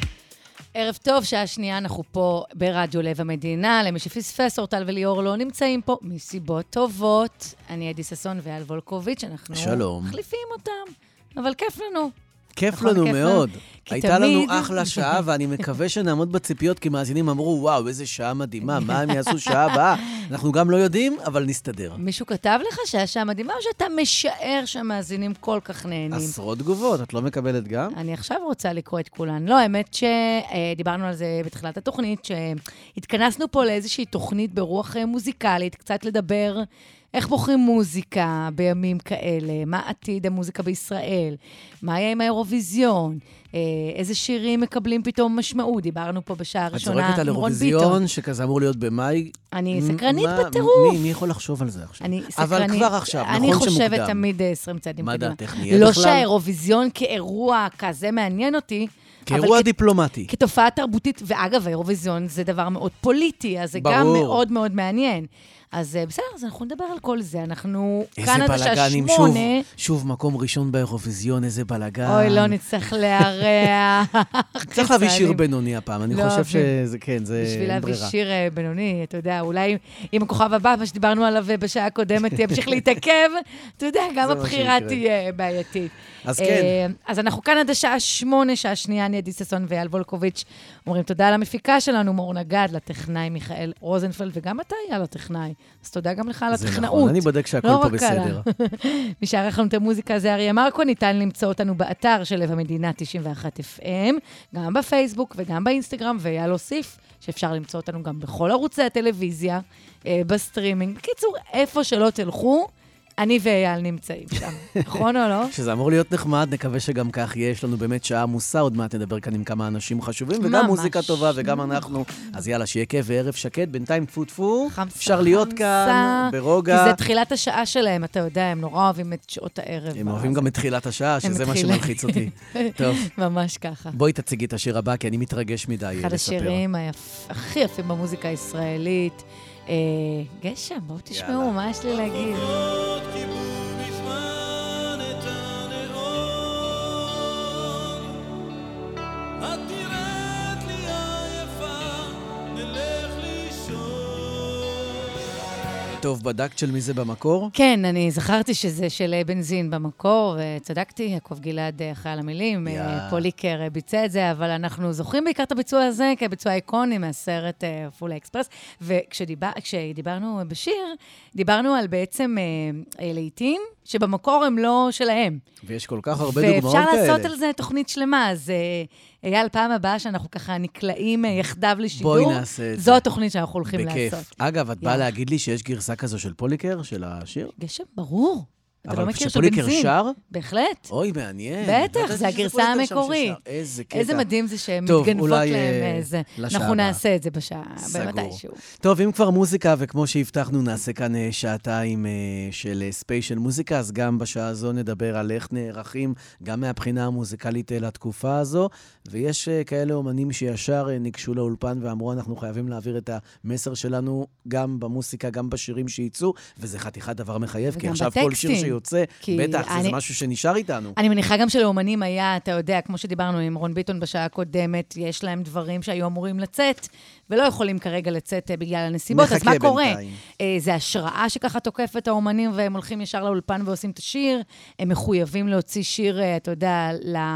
ערב טוב, שעה שנייה, אנחנו פה ברדיו לב המדינה. למי שפספס, אורטל וליאור לא נמצאים פה מסיבות טובות. אני עדי ששון ואייל וולקוביץ', אנחנו מחליפים אותם, אבל כיף לנו. כיף לנו מאוד. הייתה לנו אחלה שעה, ואני מקווה שנעמוד בציפיות, כי מאזינים אמרו, וואו, איזה שעה מדהימה, מה הם יעשו שעה הבאה? אנחנו גם לא יודעים, אבל נסתדר. מישהו כתב לך שהשעה מדהימה, או שאתה משער שהמאזינים כל כך נהנים? עשרות תגובות, את לא מקבלת גם? אני עכשיו רוצה לקרוא את כולן. לא, האמת שדיברנו על זה בתחילת התוכנית, שהתכנסנו פה לאיזושהי תוכנית ברוח מוזיקלית, קצת לדבר איך בוחרים מוזיקה בימים כאלה, מה עתיד המוזיקה בישראל, מה יהיה עם האירוויזיון, איזה שירים מקבלים פתאום משמעות. דיברנו פה בשעה הראשונה עם רון ביטון. את זורקת על אירוויזיון, שכזה אמור להיות במאי. אני סקרנית בטירוף. מי יכול לחשוב על זה עכשיו? אני סקרנית. אבל כבר עכשיו, נכון שמוקדם. אני חושבת תמיד 20 צעדים קדימה. מה דעתך נהיה בכלל? לא שהאירוויזיון כאירוע כזה מעניין אותי, כאירוע דיפלומטי. כתופעה תרבותית, ואגב, האירוויזיון זה דבר מאוד פוליטי, אז זה גם מאוד מאוד מעניין. אז בסדר, אז אנחנו נדבר על כל זה. אנחנו כאן עד השעה 8. שוב מקום ראשון באירוויזיון, איזה בלגן. אוי, לא נצטרך להרע. צריך להביא שיר בינוני הפעם, אני חושב שזה, כן, זה ברירה. בשביל להביא שיר בינוני, אתה יודע, אולי אם הכוכב הבא, מה שדיברנו עליו בשעה הקודמת, ימשיך להתעכב, אתה יודע, גם הבחירה תהיה בעייתית. אז כן. אז אנחנו כאן עד השעה 8, שעה שנייה, אני עדי ששון ואייל וולקוביץ', אומרים תודה למפיקה שלנו, מור נגד, לטכנאי מיכאל רוזנפלד, וגם אתה היה לטכנאי. אז תודה גם לך על הטכנאות. זה נכון, אני בודק שהכל פה בסדר. מי שערך לנו את המוזיקה זה אריה מרקו, ניתן למצוא אותנו באתר של לב המדינה 91 FM, גם בפייסבוק וגם באינסטגרם, והיה להוסיף שאפשר למצוא אותנו גם בכל ערוצי הטלוויזיה, בסטרימינג. בקיצור, איפה שלא תלכו, אני ואייל נמצאים שם, נכון או לא? שזה אמור להיות נחמד, נקווה שגם כך יהיה, יש לנו באמת שעה עמוסה, עוד מעט נדבר כאן עם כמה אנשים חשובים, וגם מוזיקה טובה, וגם אנחנו, אז יאללה, שיהיה כיף וערב שקט, בינתיים טפו, אפשר להיות כאן, ברוגע. כי זה תחילת השעה שלהם, אתה יודע, הם נורא אוהבים את שעות הערב. הם אוהבים גם את תחילת השעה, שזה מה שמלחיץ אותי. טוב. ממש ככה. בואי תציגי את השיר הבא, כי אני מתרגש מדי לספר. אחד השירים הכי יפים במוזיקה הישראלית. גשם, בואו תשמעו, מה יש לי להגיד? טוב, בדקת של מי זה במקור? כן, אני זכרתי שזה של בנזין במקור, וצדקתי, יעקב גלעד אחראי על המילים, פוליקר ביצע את זה, אבל אנחנו זוכרים בעיקר את הביצוע הזה כביצוע איקוני מהסרט פולה אקספרס, וכשדיברנו בשיר, דיברנו על בעצם לעיתים שבמקור הם לא שלהם. ויש כל כך הרבה דוגמאות כאלה. ואפשר לעשות על זה תוכנית שלמה, אז אייל, פעם הבאה שאנחנו ככה נקלעים יחדיו לשידור, בואי נעשה את זה. זו התוכנית שאנחנו הולכים בכיף. לעשות. אגב, את באה להגיד לי שיש גרסה כזו של פוליקר, של השיר? גשם, ברור. אתה לא מכיר של שפוליקר בנזין? שר? בהחלט. אוי, מעניין. בטח, זה הגרסה המקורית. איזה קטע. איזה מדהים זה שהן מתגנבות להם זה. אנחנו נעשה את זה בשעה, במתישהו. טוב, אם כבר מוזיקה, וכמו שהבטחנו, נעשה כאן שעתיים של ספיישל מוזיקה, אז גם בשעה הזו נדבר על איך נערכים, גם מהבחינה המוזיקלית לתקופה הזו, ויש כאלה אומנים שישר ניגשו לאולפן ואמרו, אנחנו חייבים להעביר את המסר שלנו גם במוסיקה, גם בשירים שייצאו, וזה חתיכת דבר מחייב, כי עכשיו כל שיר שיוצא, בטח, זה משהו שנשאר איתנו. אני מניחה גם שלאומנים היה, אתה יודע, כמו שדיברנו עם רון ביטון בשעה הקודמת, יש להם דברים שהיו אמורים לצאת, ולא יכולים כרגע לצאת בגלל הנסיבות. אז מה קורה? זה השראה שככה תוקף את האומנים, והם הולכים ישר לאולפן ועושים את השיר, הם מחויבים להוציא שיר, אתה יודע,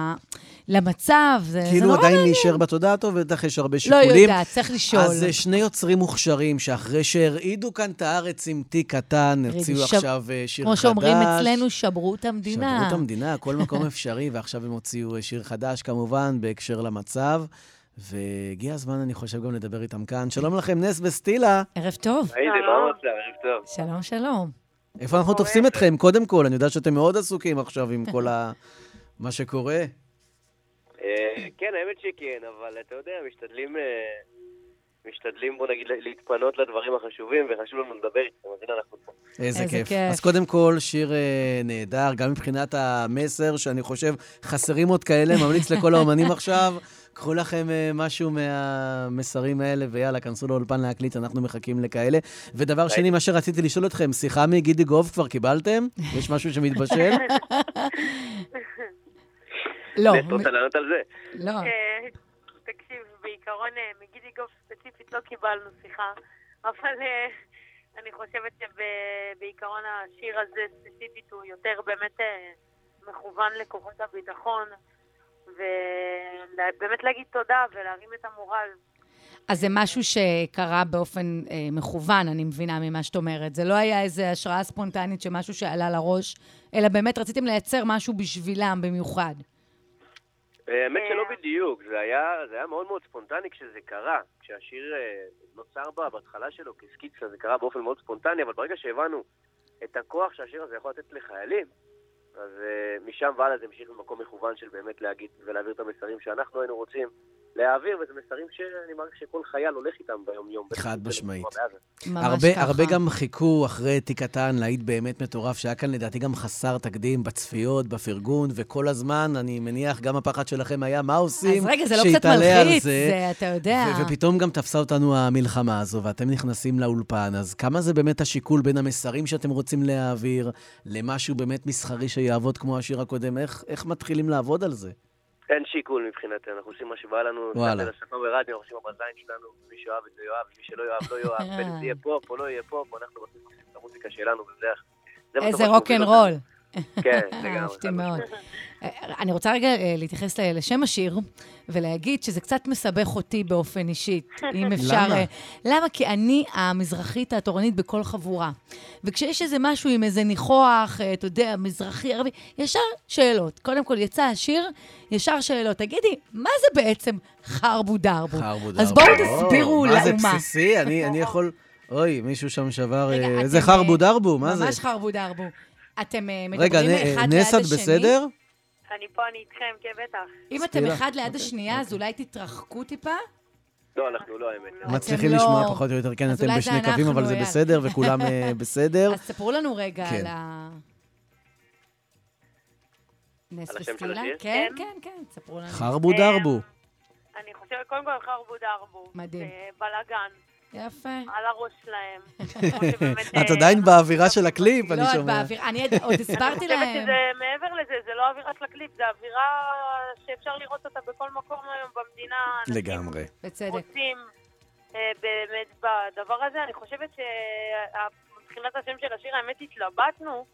למצב. כאילו עדיין נשאר בתודעה טוב, ובטח יש הרבה שיקולים. לא יודעת, צריך לשאול. אז שני יוצרים מוכשרים, שאחרי שהרעידו כאן את הארץ עם תיק קטן, הרציעו עכשיו שיר חדש. כמו שאומרים אצלנו, שברו את המדינה. שברו את המדינה, כל מקום אפשרי, ועכשיו הם הוציאו שיר חדש, כמובן, בהקשר למצב. והגיע הזמן, אני חושב, גם לדבר איתם כאן. שלום לכם, נס וסטילה. ערב טוב. הייתי, מה מצב? ערב טוב. שלום, שלום. איפה אנחנו תופסים אתכם? קודם כל, אני יודע שאתם מאוד עסוקים עכשיו עם כל מה שקורה. כן, האמת שכן, אבל אתה יודע, משתדלים, בוא נגיד, להתפנות לדברים החשובים, וחשוב לנו לדבר איתכם, אז הנה אנחנו פה. איזה כיף. אז קודם כל, שיר נהדר, גם מבחינת המסר, שאני חושב, חסרים עוד כאלה, ממליץ לכל האומנים עכשיו, קחו לכם משהו מהמסרים האלה, ויאללה, כנסו לאולפן להקליט, אנחנו מחכים לכאלה. ודבר שני, מה שרציתי לשאול אתכם, שיחה מגידי גוב כבר קיבלתם? יש משהו שמתבשל? לא. רוצה לענות על זה? לא. תקשיב, בעיקרון מגידי גוף ספציפית לא קיבלנו שיחה, אבל אני חושבת שבעיקרון השיר הזה ספציפית הוא יותר באמת מכוון לכוחות הביטחון, ובאמת להגיד תודה ולהרים את המורל. אז זה משהו שקרה באופן מכוון, אני מבינה ממה שאת אומרת. זה לא היה איזו השראה ספונטנית שמשהו שעלה לראש, אלא באמת רציתם לייצר משהו בשבילם במיוחד. האמת שלא בדיוק, זה היה מאוד מאוד ספונטני כשזה קרה. כשהשיר נוצר בהתחלה שלו כסקיצה, זה קרה באופן מאוד ספונטני, אבל ברגע שהבנו את הכוח שהשיר הזה יכול לתת לחיילים, אז משם ועלה זה המשיך במקום מכוון של באמת להגיד ולהעביר את המסרים שאנחנו היינו רוצים להעביר, וזה מסרים שאני מעריך שכל חייל הולך איתם ביום-יום. חד משמעית. ממש ככה. הרבה גם חיכו אחרי תיק קטן להיט באמת מטורף, שהיה כאן לדעתי גם חסר תקדים בצפיות, בפרגון, וכל הזמן, אני מניח, גם הפחד שלכם היה, מה עושים? אז רגע, זה לא קצת מלחיץ, זה, אתה יודע. ופתאום גם תפסה אותנו המלחמה הזו, ואתם נכנסים לאולפן, אז כמה זה באמת השיקול בין המסרים שאתם רוצים להעביר, למשהו באמת מסחרי שיעבוד כמו השיר הקודם? איך מתחילים לעבוד על זה? אין שיקול מבחינתנו, אנחנו עושים מה שבא לנו, זה לשפה ברדיו, אנחנו עושים בזין שלנו, מי שאוהב את זה יאהב, מי שלא יאהב לא יאהב, בין אם זה יהיה פופ או לא יהיה פופ, אנחנו עושים את המוזיקה שלנו, וזה... איזה רוק'נ'רול. כן, לגמרי. אהבתי מאוד. אני רוצה רגע להתייחס לשם השיר, ולהגיד שזה קצת מסבך אותי באופן אישית, אם אפשר... למה? למה? כי אני המזרחית התורנית בכל חבורה. וכשיש איזה משהו עם איזה ניחוח, אתה יודע, מזרחי, ערבי, ישר שאלות. קודם כל יצא השיר, ישר שאלות. תגידי, מה זה בעצם חרבו דרבו? אז בואו תסבירו לאומה. מה זה בסיסי? אני יכול... אוי, מישהו שם שבר... איזה חרבו דרבו, מה זה? ממש חרבו דרבו. אתם מדברים אחד ליד נס, את השני? בסדר? אני פה, אני איתכם, כן, בטח. אם אתם אחד ליד השנייה, אז אולי תתרחקו טיפה? לא, אנחנו לא, האמת. מצליחים לא. לשמוע פחות או יותר, כן, אז אתם אולי בשני זה קווים, אבל אנחנו, זה אייל. בסדר, וכולם בסדר. אז ספרו לנו רגע כן. על נס על השם של וסטילה. השיר? כן, כן, כן, ספרו לנו. חרבו דרבו. אני חושבת, קודם כל חרבו דרבו. מדהים. בלגן, יפה. על הראש שלהם. את עדיין באווירה של הקליפ, אני לא, את שומע. באוויר. אני עוד הסברתי אני חושבת להם. שזה מעבר לזה, זה לא אווירה של הקליפ, זה אווירה שאפשר לראות אותה בכל מקום היום במדינה. לגמרי. בצדק. רוצים באמת בדבר הזה. אני חושבת מבחינת השם של השיר, האמת התלבטנו,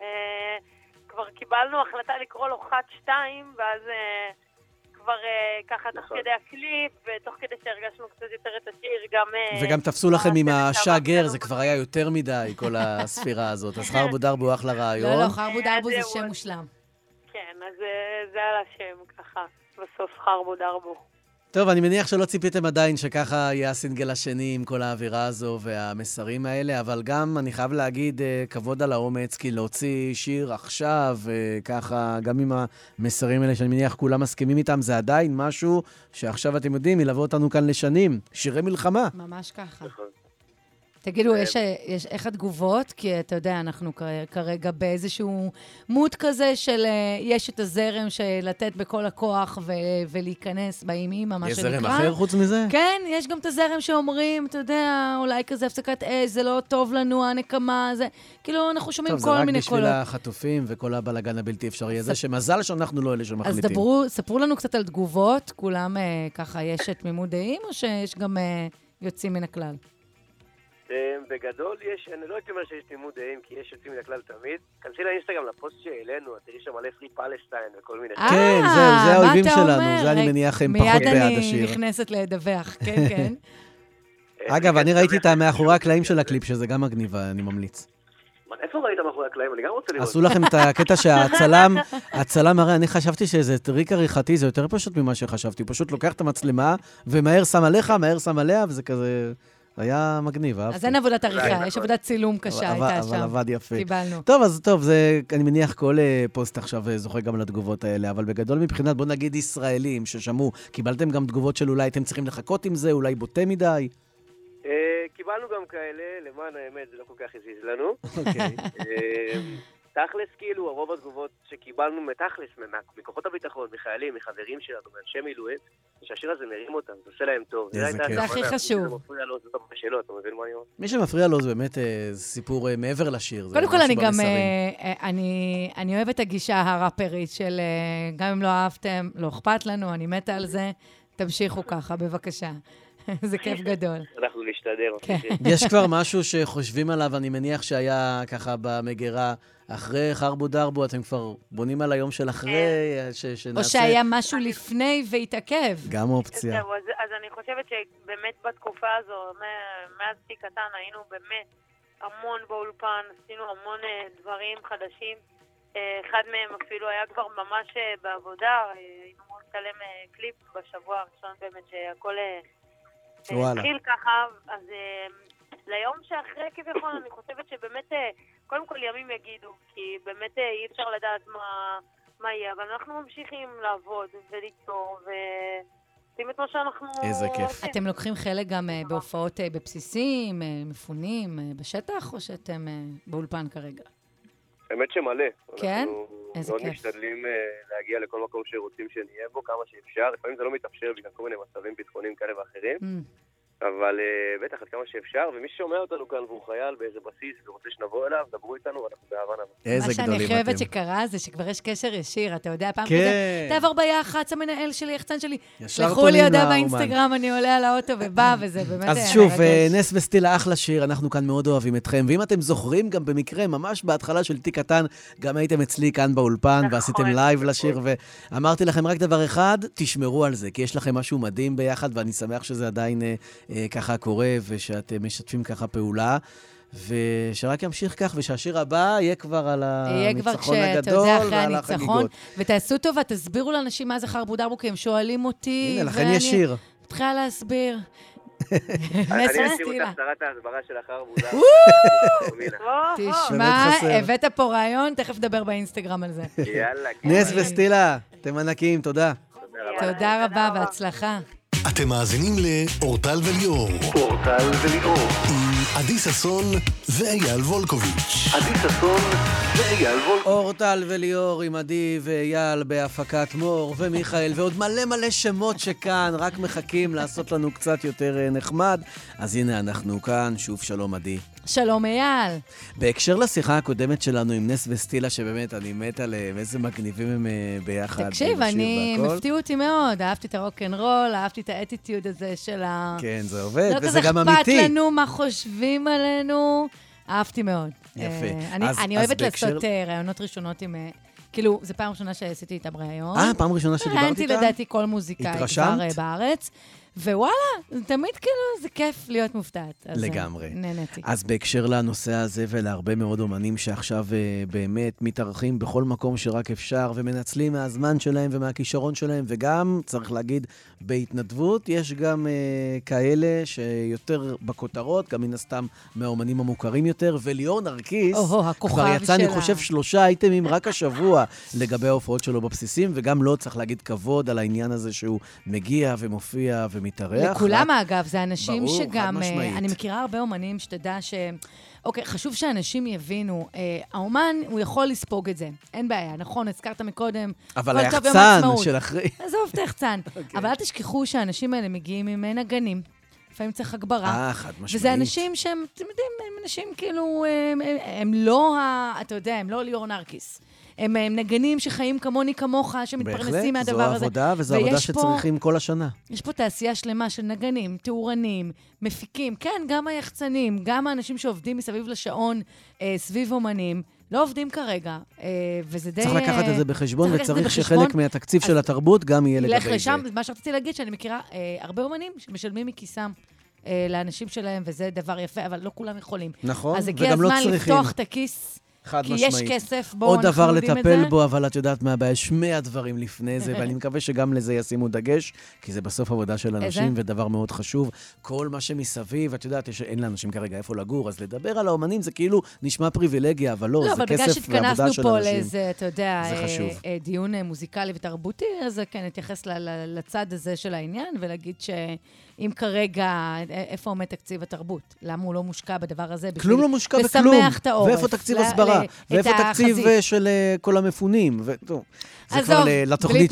כבר קיבלנו החלטה לקרוא לו חת 2, ואז כבר ככה תוך כדי הקליפ, ותוך כדי שהרגשנו קצת יותר את השיר, גם... וגם תפסו לכם עם השאגר, זה כבר היה יותר מדי, כל הספירה הזאת. אז חרבו דרבו אחלה רעיון. לא, חרבו דרבו זה שם מושלם. כן, אז זה על השם ככה, בסוף חרבו דרבו. טוב, אני מניח שלא ציפיתם עדיין שככה יהיה הסינגל השני עם כל האווירה הזו והמסרים האלה, אבל גם אני חייב להגיד כבוד על האומץ, כי להוציא שיר עכשיו, ככה, גם עם המסרים האלה שאני מניח כולם מסכימים איתם, זה עדיין משהו שעכשיו אתם יודעים, ילווה אותנו כאן לשנים, שירי מלחמה. ממש ככה. תגידו, יש איך התגובות? כי אתה יודע, אנחנו כרגע באיזשהו מות כזה של יש את הזרם של לתת בכל הכוח ולהיכנס באימא, מה שנקרא. יש זרם אחר חוץ מזה? כן, יש גם את הזרם שאומרים, אתה יודע, אולי כזה הפסקת אש, זה לא טוב לנו, הנקמה, זה... כאילו, אנחנו שומעים כל מיני קולות. טוב, זה רק בשביל החטופים וכל הבלגן הבלתי אפשרי הזה, שמזל שאנחנו לא אלה שמחליטים. אז ספרו לנו קצת על תגובות, כולם ככה יש את תמימות דעים, או שיש גם יוצאים מן הכלל? בגדול יש, אני לא הייתי אומר שיש תמימות דעים, כי יש יוצאים מן הכלל תמיד. כנסי לאינסטגרם, לפוסט שהעלינו, תראי שם מלא פרי פלסטיין וכל מיני... כן, זהו, זה האויבים שלנו, זה אני מניח הם פחות בעד השיר. מיד אני נכנסת לדווח, כן, כן. אגב, אני ראיתי את מאחורי הקלעים של הקליפ, שזה גם מגניב, אני ממליץ. איפה ראית מאחורי הקלעים? אני גם רוצה לראות. עשו לכם את הקטע שהצלם הרי, אני חשבתי שזה טריק עריכתי, זה יותר פשוט ממה שחשבתי. הוא פשוט לוקח את המצלמה, ומהר שם עליך, מהר שם עליה, וזה כזה... היה מגניב, אהבתי. אז אין עבודת עריכה, יש עבודת צילום קשה, הייתה שם. אבל עבד יפה. קיבלנו. טוב, אז טוב, זה, אני מניח כל פוסט עכשיו זוכה גם לתגובות האלה, אבל בגדול מבחינת, בוא נגיד ישראלים ששמעו, קיבלתם גם תגובות של אולי אתם צריכים לחכות עם זה, אולי בוטה מדי? קיבלנו גם כאלה, למען האמת זה לא כל כך הזיז לנו. אוקיי. תכלס, כאילו, הרוב התגובות שקיבלנו מתכלס, מכוחות הביטחון, מחיילים, מחברים שלנו, מאנשי מילואים, שהשיר הזה מרים אותם, זה עושה להם טוב. איזה כיף. זה הכי חשוב. מי שמפריע לו, זה טוב בשאלות, אתה מבין מה אני אומר? מי שמפריע לו זה באמת סיפור מעבר לשיר. קודם כל אני גם, אני אוהבת הגישה הראפרית של גם אם לא אהבתם, לא אכפת לנו, אני מתה על זה, תמשיכו ככה, בבקשה. זה כיף גדול. אנחנו נשתדר. יש כבר משהו שחושבים עליו, אני מניח שהיה ככה במגירה, אחרי חרבו דרבו, אתם כבר בונים על היום של אחרי, שנעשה... או שהיה משהו לפני והתעכב. גם אופציה. אז אני חושבת שבאמת בתקופה הזו, מאז תיק קטן, היינו באמת המון באולפן, עשינו המון דברים חדשים. אחד מהם אפילו היה כבר ממש בעבודה, היינו אמורים לצלם קליפ בשבוע הראשון באמת שהכל... התחיל ככה, אז ליום שאחרי כביכול אני חושבת שבאמת, קודם כל ימים יגידו, כי באמת אי אפשר לדעת מה יהיה, אבל אנחנו ממשיכים לעבוד וליצור ועושים את מה שאנחנו... איזה כיף. אתם לוקחים חלק גם בהופעות בבסיסים, מפונים, בשטח, או שאתם באולפן כרגע? האמת שמלא. כן? איזה מאוד כיף. משתדלים להגיע לכל מקום שרוצים שנהיה בו כמה שאפשר. לפעמים זה לא מתאפשר בגלל כל מיני מצבים ביטחוניים כאלה ואחרים. אבל בטח עד כמה שאפשר, ומי ששומע אותנו כאן והוא חייל באיזה בסיס ורוצה שנבוא אליו, דברו איתנו ואנחנו באהבה נבוא. איזה גדולים אתם. מה שאני חייבת שקרה זה שכבר יש קשר ישיר, אתה יודע, פעם כזה, תעבור ביח"צ, המנהל שלי, יחצן שלי, שלחו לי הודעה באינסטגרם, אני עולה על האוטו ובא, וזה באמת... אז שוב, נס וסטילה אחלה שיר, אנחנו כאן מאוד אוהבים אתכם, ואם אתם זוכרים גם במקרה, ממש בהתחלה של תיק קטן, גם הייתם אצלי כאן באולפן, ועשיתם לייב לשיר, ואמרתי לכם רק דבר אחד, תשמרו על זה, כי יש לכם משהו מדהים ביחד, ואני שמח שזה עדיין ככה קורה, ושאתם משתפים ככה פעולה, ושרק ימשיך כך, ושהשיר הבא יהיה כבר על הניצחון הגדול ועל החגיגות. ותעשו טובה, תסבירו לאנשים מה זה חרבו דרבו, כי הם שואלים אותי. הנה, לכן יש שיר. מתחילה להסביר. אני אשאיר אותך שרת ההסברה של החרבו דרבו. תשמע, הבאת פה רעיון, תכף נדבר באינסטגרם על זה. יאללה. נס וסטילה, אתם ענקים, תודה. תודה רבה, בהצלחה. אתם מאזינים לאורטל וליאור. אורטל וליאור. עם עדי ססון ואייל וולקוביץ'. עדי ססון ואייל וולקוביץ'. אורטל וליאור עם עדי ואייל בהפקת מור ומיכאל ועוד מלא מלא שמות שכאן רק מחכים לעשות לנו קצת יותר נחמד. אז הנה אנחנו כאן, שוב שלום עדי. שלום אייל. בהקשר לשיחה הקודמת שלנו עם נס וסטילה, שבאמת אני מת עליהם, איזה מגניבים הם ביחד. תקשיב, אני מפתיע אותי מאוד, אהבתי את הרוק'נ'רול, אהבתי את האטיטיוד הזה של ה... כן, זה עובד, לא וזה גם אמיתי. לא כזה אכפת לנו מה חושבים עלינו, אהבתי מאוד. יפה. אני אוהבת לעשות רעיונות ראשונות עם... כאילו, זו פעם ראשונה שעשיתי איתם רעיון. פעם ראשונה שדיברתי איתם? ראיינתי לדעתי כל מוזיקאי כבר בארץ. ווואלה, תמיד כאילו זה כיף להיות מופתעת. לגמרי. נהניתי. אז בהקשר לנושא הזה ולהרבה מאוד אומנים שעכשיו באמת מתארחים בכל מקום שרק אפשר, ומנצלים מהזמן שלהם ומהכישרון שלהם, וגם, צריך להגיד, בהתנדבות, יש גם כאלה שיותר בכותרות, גם מן הסתם מהאומנים המוכרים יותר, וליאור נרקיס, כבר יצא, אני חושב, 3 אייטמים רק השבוע לגבי ההופעות שלו בבסיסים, וגם לא צריך להגיד כבוד על העניין הזה שהוא מגיע ומופיע מתארח. לכולם, אגב, זה אנשים שגם... אני מכירה הרבה אומנים שתדע ש... אוקיי, חשוב שאנשים יבינו, האומן, הוא יכול לספוג את זה. אין בעיה, נכון, הזכרת מקודם. אבל היחצן של אחרי... עזוב את היחצן. אבל אל תשכחו שהאנשים האלה מגיעים עם נגנים. לפעמים צריך הגברה. חד משמעית. וזה אנשים שהם, אתם יודעים, הם אנשים כאילו, הם לא, אתה יודע, הם לא ליאור נרקיס. הם נגנים שחיים כמוני כמוך, שמתפרנסים מהדבר הזה. בהחלט, זו עבודה, וזו עבודה שצריכים כל השנה. יש פה תעשייה שלמה של נגנים, תאורנים, מפיקים, כן, גם היחצנים, גם האנשים שעובדים מסביב לשעון, סביב אומנים, לא עובדים כרגע, וזה די... צריך לקחת את זה בחשבון, וצריך שחלק מהתקציב של התרבות גם יהיה לגבי זה. לך לשם, מה שרציתי להגיד, שאני מכירה הרבה אומנים שמשלמים מכיסם לאנשים שלהם, וזה דבר יפה, אבל לא כולם יכולים. נכון, אז הגיע הזמן לפתוח את הכיס, כי יש כסף, בואו אנחנו יודעים את זה. עוד דבר לטפל בו, אבל את יודעת מה הבעיה, יש 100 דברים לפני זה, ואני מקווה שגם לזה ישימו דגש, כי זה בסוף עבודה של אנשים, ודבר מאוד חשוב. כל מה שמסביב, את יודעת, אין לאנשים כרגע איפה לגור, אז לדבר על האומנים זה כאילו נשמע פריבילגיה, אבל לא, זה כסף ועבודה של אנשים. לא, אבל בגלל שהתכנסנו פה לאיזה, אתה יודע, דיון מוזיקלי ותרבותי, אז כן, נתייחס לצד הזה של העניין, ולהגיד אם כרגע, איפה עומד תקציב התרבות? למה הוא לא מושקע בדבר הזה? כלום לא מושקע בכלום. ואיפה תקציב הסברה? ואיפה תקציב של כל המפונים? זה כבר לתוכנית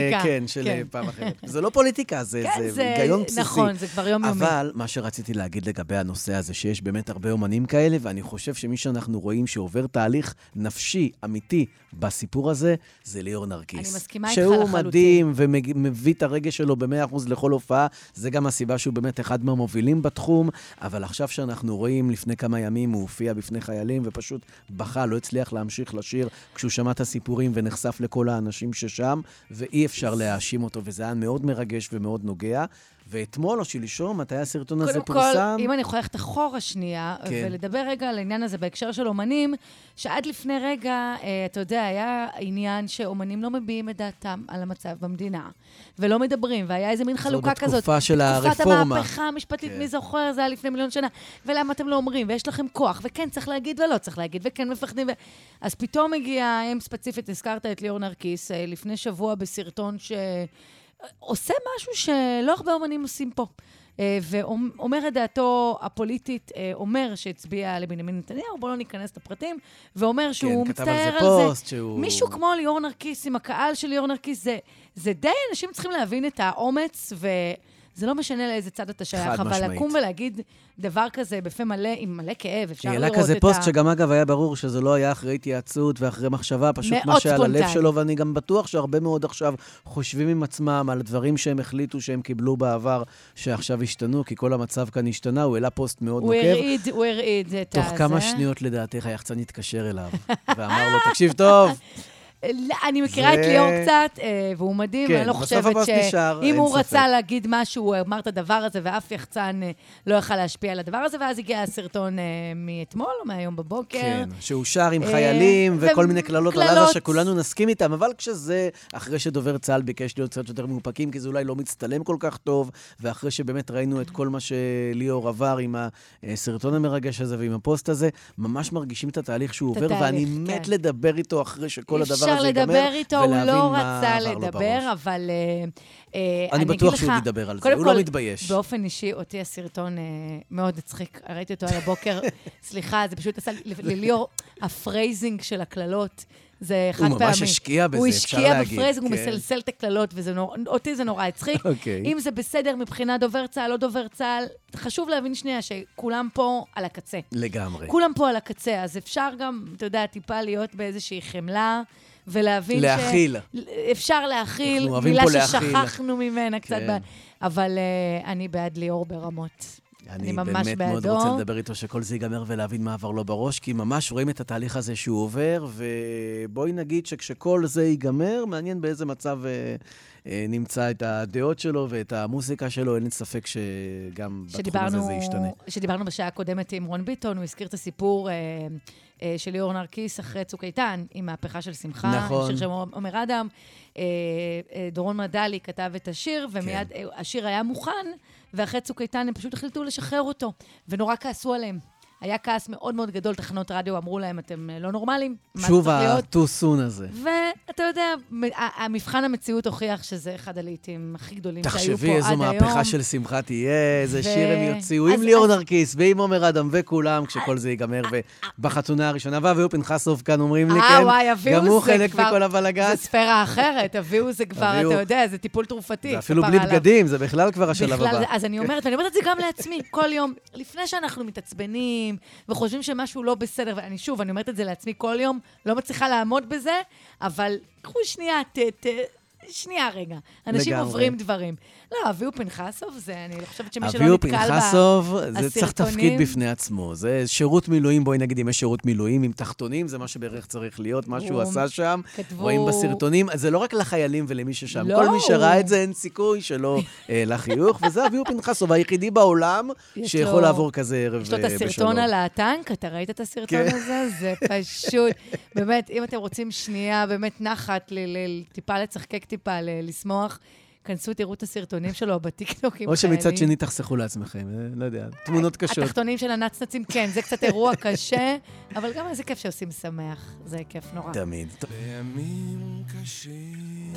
של פעם אחרת. זה לא פוליטיקה, זה היגיון בסיסי. נכון, זה כבר יום יומי. אבל מה שרציתי להגיד לגבי הנושא הזה, שיש באמת הרבה אומנים כאלה, ואני חושב שמי שאנחנו רואים שעובר תהליך נפשי, אמיתי, בסיפור הזה, זה ליאור נרקיס. אני מסכימה איתך לחלוטין. שהוא מדהים ומביא את הרגש שלו ב100% לכל הופעה, זה גם הסיבה שהוא באמת אחד מהמובילים בתחום, אבל עכשיו שאנחנו רואים, לפני כמה ימים הוא הופיע בפני חיילים, ופשוט בכה, לא הצליח להמשיך לשיר, כשהוא שמע את הסיפורים ונחשף לכל האנשים ששם, ואי אפשר להאשים אותו, וזה היה מאוד מרגש ומאוד נוגע. ואתמול או שלשום, מתי הסרטון הזה פורסם? קודם כל, אם אני יכולה ללכת אחורה שנייה, ולדבר רגע על העניין הזה בהקשר של אומנים, שעד לפני רגע, אתה יודע, היה עניין שאומנים לא מביעים את דעתם על המצב במדינה, ולא מדברים, והיה איזה מין חלוקה כזאת. זו בתקופה של הרפורמה. תקופת המהפכה המשפטית, מי זוכר, זה היה לפני 1,000,000 שנה, ולמה אתם לא אומרים, ויש לכם כוח, וכן צריך להגיד ולא צריך להגיד, וכן מפחדים. אז פתאום הגיע, הם ספציפית, הזכרת את ליאור נרקיס, לפני שבוע בסרטון עושה משהו שלא הרבה אומנים עושים פה. ואומר את דעתו הפוליטית, אומר שהצביע לבנימין נתניהו, בוא לא ניכנס לפרטים, ואומר שהוא מצטער על זה. מישהו כמו ליאור נרקיס, עם הקהל של ליאור נרקיס, זה די, אנשים צריכים להבין את האומץ, זה לא משנה לאיזה צד אתה שייך, אבל לקום ולהגיד דבר כזה בפה מלא, עם מלא כאב, אפשר לראות את כזה פוסט שגם אגב היה ברור שזה לא היה אחרי התייעצות ואחרי מחשבה, פשוט מה שעל הלב שלו, ואני גם בטוח שהרבה מאוד עכשיו חושבים עם עצמם על דברים שהם החליטו שהם קיבלו בעבר, שעכשיו השתנו, כי כל המצב כאן השתנה, הוא העלה פוסט מאוד נוקב. הוא הרעיד את תוך כמה שניות לדעתך היחצן התקשר אליו, ואמר לו, תקשיב טוב. אני מכירה את ליאור קצת, והוא מדהים, אני לא חושבת שאם הוא רצה להגיד משהו, הוא אמר את הדבר הזה, ואף יחצן לא יכל להשפיע על הדבר הזה, ואז הגיע הסרטון מאתמול, או מהיום בבוקר. כן, שהוא שר עם חיילים, וכל מיני כללות על עזה שכולנו נסכים איתם, אבל כשזה, אחרי שדובר צה"ל ביקש להיות קצת יותר מאופקים, כי זה אולי לא מצטלם כל כך טוב, ואחרי שבאמת ראינו את כל מה שליאור עבר עם הסרטון המרגש הזה ועם הפוסט הזה, ממש מרגישים את התהליך שהוא עובר, ואני מת לדבר איתו אחרי שכל הדבר אפשר לדבר איתו, הוא לא רצה לדבר, אבל אני בטוח שהוא ידבר על זה, הוא לא מתבייש. באופן אישי, אותי הסרטון מאוד הצחיק, ראיתי אותו על הבוקר, סליחה, זה פשוט עשה לליאור, הפרייזינג של הכללות, זה חד פעמי. הוא ממש השקיע בזה, אפשר להגיד. הוא השקיע בפרייזינג, הוא מסלסל את הכללות, ואותי זה נורא הצחיק. אם זה בסדר מבחינה דובר צה"ל, לא דובר צה"ל, חשוב להבין שנייה שכולם פה על הקצה. לגמרי. כולם פה על הקצה, אז אפשר גם, אתה יודע, טיפה להיות באיזושהי חמלה, ולהבין להכיל. אפשר להכיל, מילה ששכחנו ממנה קצת, אבל אני בעד ליאור ברמות. אני ממש באמת בעדו. מאוד רוצה לדבר איתו שכל זה ייגמר ולהבין מה עבר לו בראש, כי ממש רואים את התהליך הזה שהוא עובר, ובואי נגיד שכשכל זה ייגמר, מעניין באיזה מצב נמצא את הדעות שלו ואת המוסיקה שלו, אין לי ספק שגם בתחום הזה זה ישתנה. שדיברנו בשעה הקודמת עם רון ביטון, הוא הזכיר את הסיפור של ליאור נרקיס אחרי צוק איתן, עם מהפכה של שמחה, נכון. שיר של עומר אדם. דורון מדלי כתב את השיר, ומיד השיר היה מוכן, ואחרי צוק איתן הם פשוט החליטו לשחרר אותו, ונורא כעסו עליהם. היה כעס מאוד מאוד גדול, תחנות רדיו אמרו להם, אתם לא נורמליים, שוב ה-too soon הזה. ואתה יודע, המבחן המציאות הוכיח שזה אחד הלעיתים הכי גדולים שהיו פה עד היום. תחשבי איזו מהפכה של שמחה תהיה, איזה שיר הם יוציאו עם ליאור נרקיס ועם עומר אדם וכולם, כשכל זה ייגמר בחתונה הראשונה. ואביהו פנחסוב כאן אומרים לי, כן, גם הוא חלק מכל הבלגן. זה ספירה אחרת, אביהו זה כבר, אתה יודע, זה טיפול תרופתי. ואפילו בלי בגדים, זה בכלל כבר השלב הבא. אז אני אומרת, ואני אומרת את זה גם לעצמי, כל יום, לפני שאנחנו מתעצבנים, וחושבים שמשהו לא בסדר, ואני שוב, אני אומרת את זה לעצמי כל יום, לא מצליחה לעמוד בזה, אבל קחו שנייה רגע. אנשים עוברים דברים. לא, אביהו פנחסוב, זה, אני חושבת שמי שלא נתקל אביהו פנחסוב, זה צריך תפקיד בפני עצמו. זה שירות מילואים, בואי נגיד, אם יש שירות מילואים עם תחתונים, זה מה שבערך צריך להיות, מה שהוא עשה שם, רואים בסרטונים, זה לא רק לחיילים ולמי ששם, כל מי שראה את זה, אין סיכוי שלא לחיוך, וזה אביהו פנחסוב, היחידי בעולם שיכול לעבור כזה ערב בשלום. יש לו את הסרטון על הטנק, אתה ראית את הסרטון הזה? זה פשוט, באמת, אם אתם רוצים שנייה, באמת נחת, טיפה לצחקק טיפה, לשמוח, כנסו, תראו את הסרטונים שלו בטיקטוק עם חיילים. או שמצד שני תחסכו לעצמכם, לא יודע, תמונות קשות. התחתונים של הנצנצים, כן, זה קצת אירוע קשה, אבל גם איזה כיף שעושים שמח, זה כיף נורא. תמיד. בימים קשים.